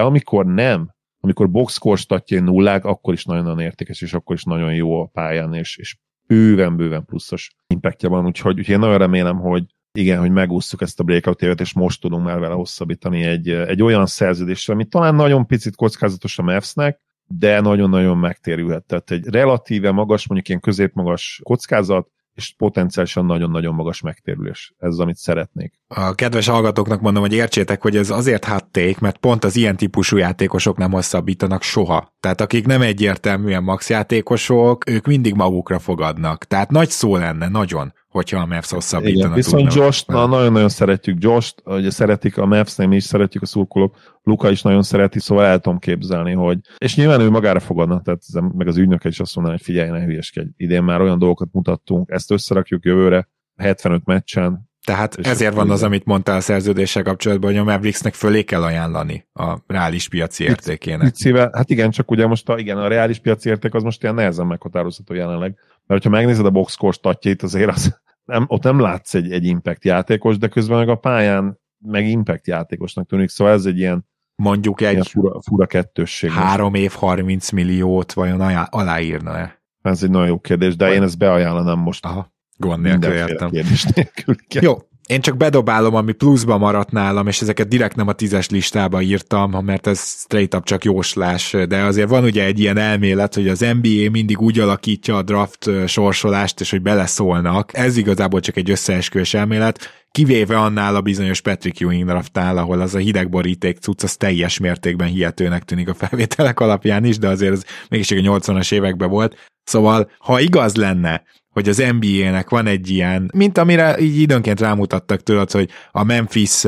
amikor boxscore statjai nullák, akkor is nagyon értékes, és akkor is nagyon jó a pályán, és bőven pluszos impactja van, úgyhogy én nagyon remélem, hogy igen, hogy megúsztuk ezt a breakout évet, és most tudunk már vele hosszabbítani egy olyan szerződésre, ami talán nagyon picit kockázatos a Mavsnek, de nagyon-nagyon megtérülhet. Tehát egy relatíve magas, mondjuk ilyen középmagas kockázat, és potenciálisan nagyon-nagyon magas megtérülés. Ez az, amit szeretnék. A kedves hallgatóknak mondom, hogy értsétek, hogy ez azért hot take, mert pont az ilyen típusú játékosok nem hosszabbítanak soha. Tehát akik nem egyértelműen max játékosok, ők mindig magukra fogadnak. Tehát nagy szó lenne, nagyon, hogyha a Mavs hosszabbítana. Viszont Josh-t, nagyon-nagyon szeretjük Josh-t, ugye szeretik a Mavs-nél, mi is szeretjük a szurkolók, Luka is nagyon szereti, szóval el tudom képzelni, hogy... És nyilván ő magára fogadna, tehát meg az ügynöke is azt mondaná, hogy figyelj, ne hülyeskedj. Idén már olyan dolgokat mutattunk, ezt összerakjuk jövőre, 75 meccsen. Tehát ezért van az, amit mondtál a szerződéssel kapcsolatban, hogy a Mavericksnek fölé kell ajánlani a reális piaci értékének. Hát igen, csak ugye most a reális piaci érték az most ilyen nehezen meghatározható jelenleg. Mert ha megnézed a boxscore statjait, azért ott nem látsz egy impact játékos, de közben meg a pályán meg impact játékosnak tűnik, szóval ez egy ilyen mondjuk egy fura kettősség. 3 év 30 milliót vajon aláírna-e? Ez egy nagyon jó kérdés, de én ezt beajánlanám most. Aha, gond nélkül értem. Kérdés nélkül. Jó, én csak bedobálom, ami pluszba maradt nálam, és ezeket direkt nem a 10-es listába írtam, mert ez straight up csak jóslás, de azért van ugye egy ilyen elmélet, hogy az NBA mindig úgy alakítja a draft sorsolást, és hogy beleszólnak. Ez igazából csak egy összeesküvés elmélet, kivéve annál a bizonyos Patrick Ewing draftnál, ahol az a hidegboríték cucc, az teljes mértékben hihetőnek tűnik a felvételek alapján is, de azért ez mégis a 80-as években volt. Szóval, ha igaz lenne, hogy az NBA-nek van egy ilyen, mint amire így időnként rámutattak tőled, hogy a Memphis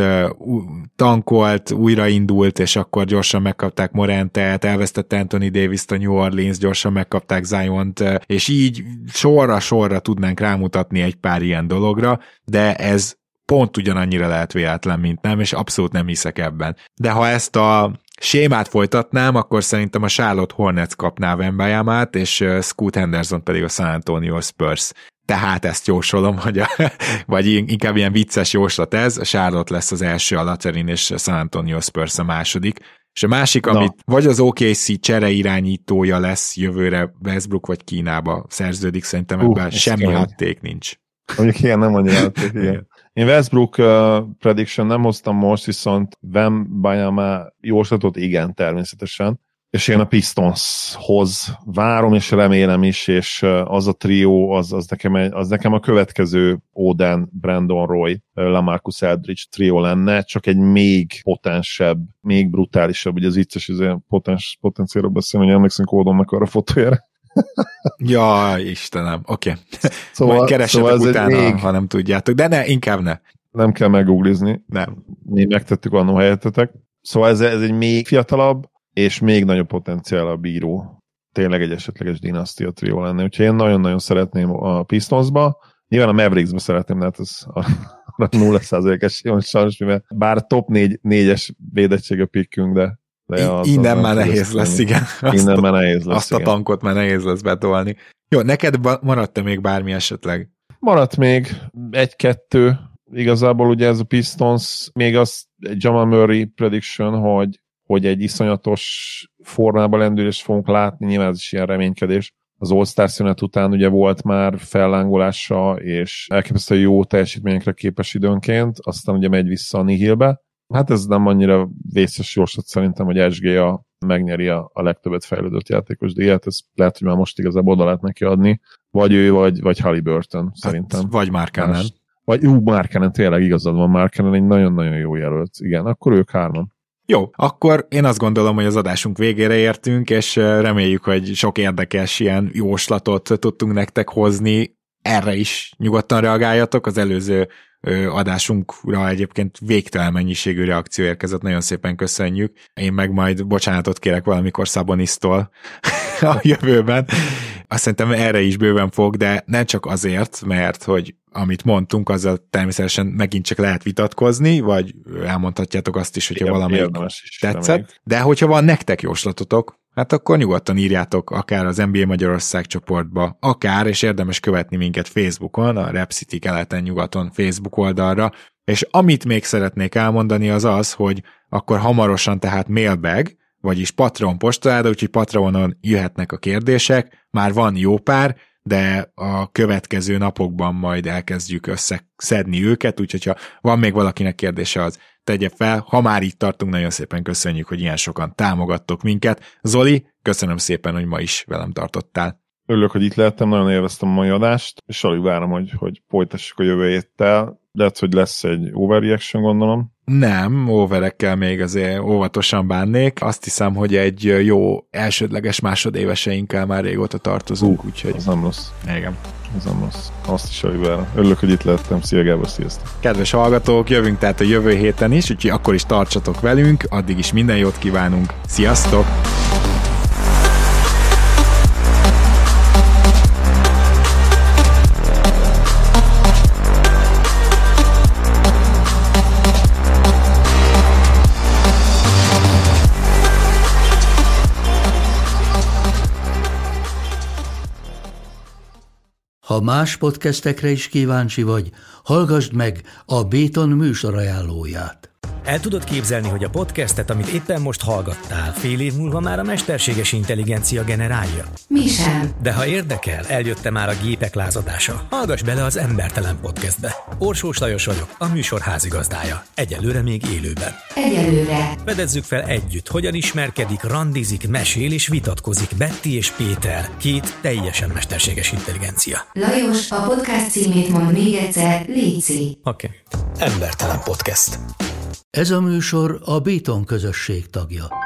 tankolt, újraindult, és akkor gyorsan megkapták Morantet, elvesztette Anthony Davis-t a New Orleans, gyorsan megkapták Ziont, és így sorra tudnánk rámutatni egy pár ilyen dologra, de ez pont ugyanannyira lehet véletlen, mint nem, és abszolút nem hiszek ebben. De ha ezt a sémát folytatnám, akkor szerintem a Charlotte Hornets kapná Wembanyamát, és Scoot Henderson pedig a San Antonio Spurs. Tehát ezt jósolom, hogy vagy inkább ilyen vicces jóslat ez, a Charlotte lesz az első a Laterin, és a San Antonio Spurs a második. És a másik, amit vagy az OKC csere irányítója lesz jövőre Westbrook vagy Kínába szerződik, szerintem ebben semmi hátték nincs. Mondjuk ilyen nem annyira hátték, igen. Én Westbrook prediction nem hoztam most, viszont Wembanyama jóslatot igen, természetesen. És én a Pistonshoz várom, és remélem is, és az a trió, az nekem a következő Oden, Brandon Roy, LaMarcus Aldridge trió lenne, csak egy még potensebb, még brutálisabb, ugye az vicces, potenciálról beszélni, hogy emlékszünk Odennek arra fotójára. Ja, Istenem, oké. Szóval, majd keressetek utána, ha nem tudjátok, de ne, inkább ne. Nem kell meggooglizni. Nem. Mi megtettük annó helyettetek. Szóval ez egy még fiatalabb, és még nagyobb potenciál a bíró. Tényleg egy esetleges dinasztia trió lenne. Úgyhogy én nagyon-nagyon szeretném a Pistonsba. Nyilván a Mavericksbe szeretném, de hát ez a 0%-es sajnos, mivel bár top 4-es védettsége pickünk, de innen már nehéz lesz, igen. Innen már nehéz lesz, azt a tankot már nehéz lesz betolni. Jó, neked maradt-e még bármi esetleg? Maradt még 1-2. Igazából ugye ez a Pistons, még az egy Jamal Murray prediction, hogy egy iszonyatos formában lendülést fogunk látni, nyilván ez is ilyen reménykedés, az All-Star szünet után ugye volt már fellángolása, és elképesztően jó teljesítményekre képes időnként, aztán ugye megy vissza a nihilbe. Hát ez nem annyira vészes jóslat szerintem, hogy SGA megnyeri a legtöbbet fejlődött játékos díjat, ez lehet, hogy már most igazából oda lehet neki adni, vagy ő, vagy Haliburton szerintem. Hát, vagy Markkanen. Vagy Markkanen, tényleg igazad van, Markkanen egy nagyon-nagyon jó jelölt. Igen, akkor ők 3. Jó, akkor én azt gondolom, hogy az adásunk végére értünk, és reméljük, hogy sok érdekes ilyen jóslatot tudtunk nektek hozni. Erre is nyugodtan reagáljatok, az előző adásunkra egyébként végtelen mennyiségű reakció érkezett, nagyon szépen köszönjük. Én meg majd bocsánatot kérek valamikor Szabonisztól a jövőben. Azt szerintem erre is bőven fog, de nem csak azért, mert hogy amit mondtunk, azzal természetesen megint csak lehet vitatkozni, vagy elmondhatjátok azt is, hogyha valami tetszett. De hogyha van nektek jóslatotok, hát akkor nyugodtan írjátok akár az NBA Magyarország csoportba, akár, és érdemes követni minket Facebookon, a Rep City keleten-nyugaton Facebook oldalra, és amit még szeretnék elmondani az az, hogy akkor hamarosan tehát mailbag, vagyis Patreon postaláda, úgyhogy Patreonon jöhetnek a kérdések, már van jó pár, de a következő napokban majd elkezdjük összeszedni őket, úgyhogy ha van még valakinek kérdése, az tegye fel. Ha már itt tartunk, nagyon szépen köszönjük, hogy ilyen sokan támogattok minket. Zoli, köszönöm szépen, hogy ma is velem tartottál. Örülök, hogy itt lehettem, nagyon élveztem a mai adást, és alig várom, hogy folytassuk a jövő héttel. Lehet, hogy lesz egy overreaction, gondolom. Nem, overekkel még azért óvatosan bánnék. Azt hiszem, hogy egy jó elsődleges másodéveseinkkel már régóta tartozunk, úgyhogy... Az nem rossz. Igen. Az nem rossz. Azt is alig várom. Örülök, hogy itt lehettem. Szia Gábor, sziasztok! Kedves hallgatók, jövünk tehát a jövő héten is, úgyhogy akkor is tartsatok velünk, addig is minden jót kívánunk. Sziasztok! Ha más podcastekre is kíváncsi vagy, hallgassd meg a Béton műsor ajánlóját. El tudod képzelni, hogy a podcastet, amit éppen most hallgattál, fél év múlva már a mesterséges intelligencia generálja? Mi sem. De ha érdekel, eljött már a gépek lázadása. Hallgass bele az Embertelen Podcastbe. Orsós Lajos vagyok, a műsor házigazdája. Egyelőre még élőben. Egyelőre. Fedezzük fel együtt, hogyan ismerkedik, randizik, mesél és vitatkozik Betty és Péter, 2 teljesen mesterséges intelligencia. Lajos, a podcast címét mond még egyszer, léci. Oké. Embertelen Podcast. Ez a műsor a Béton közösség tagja.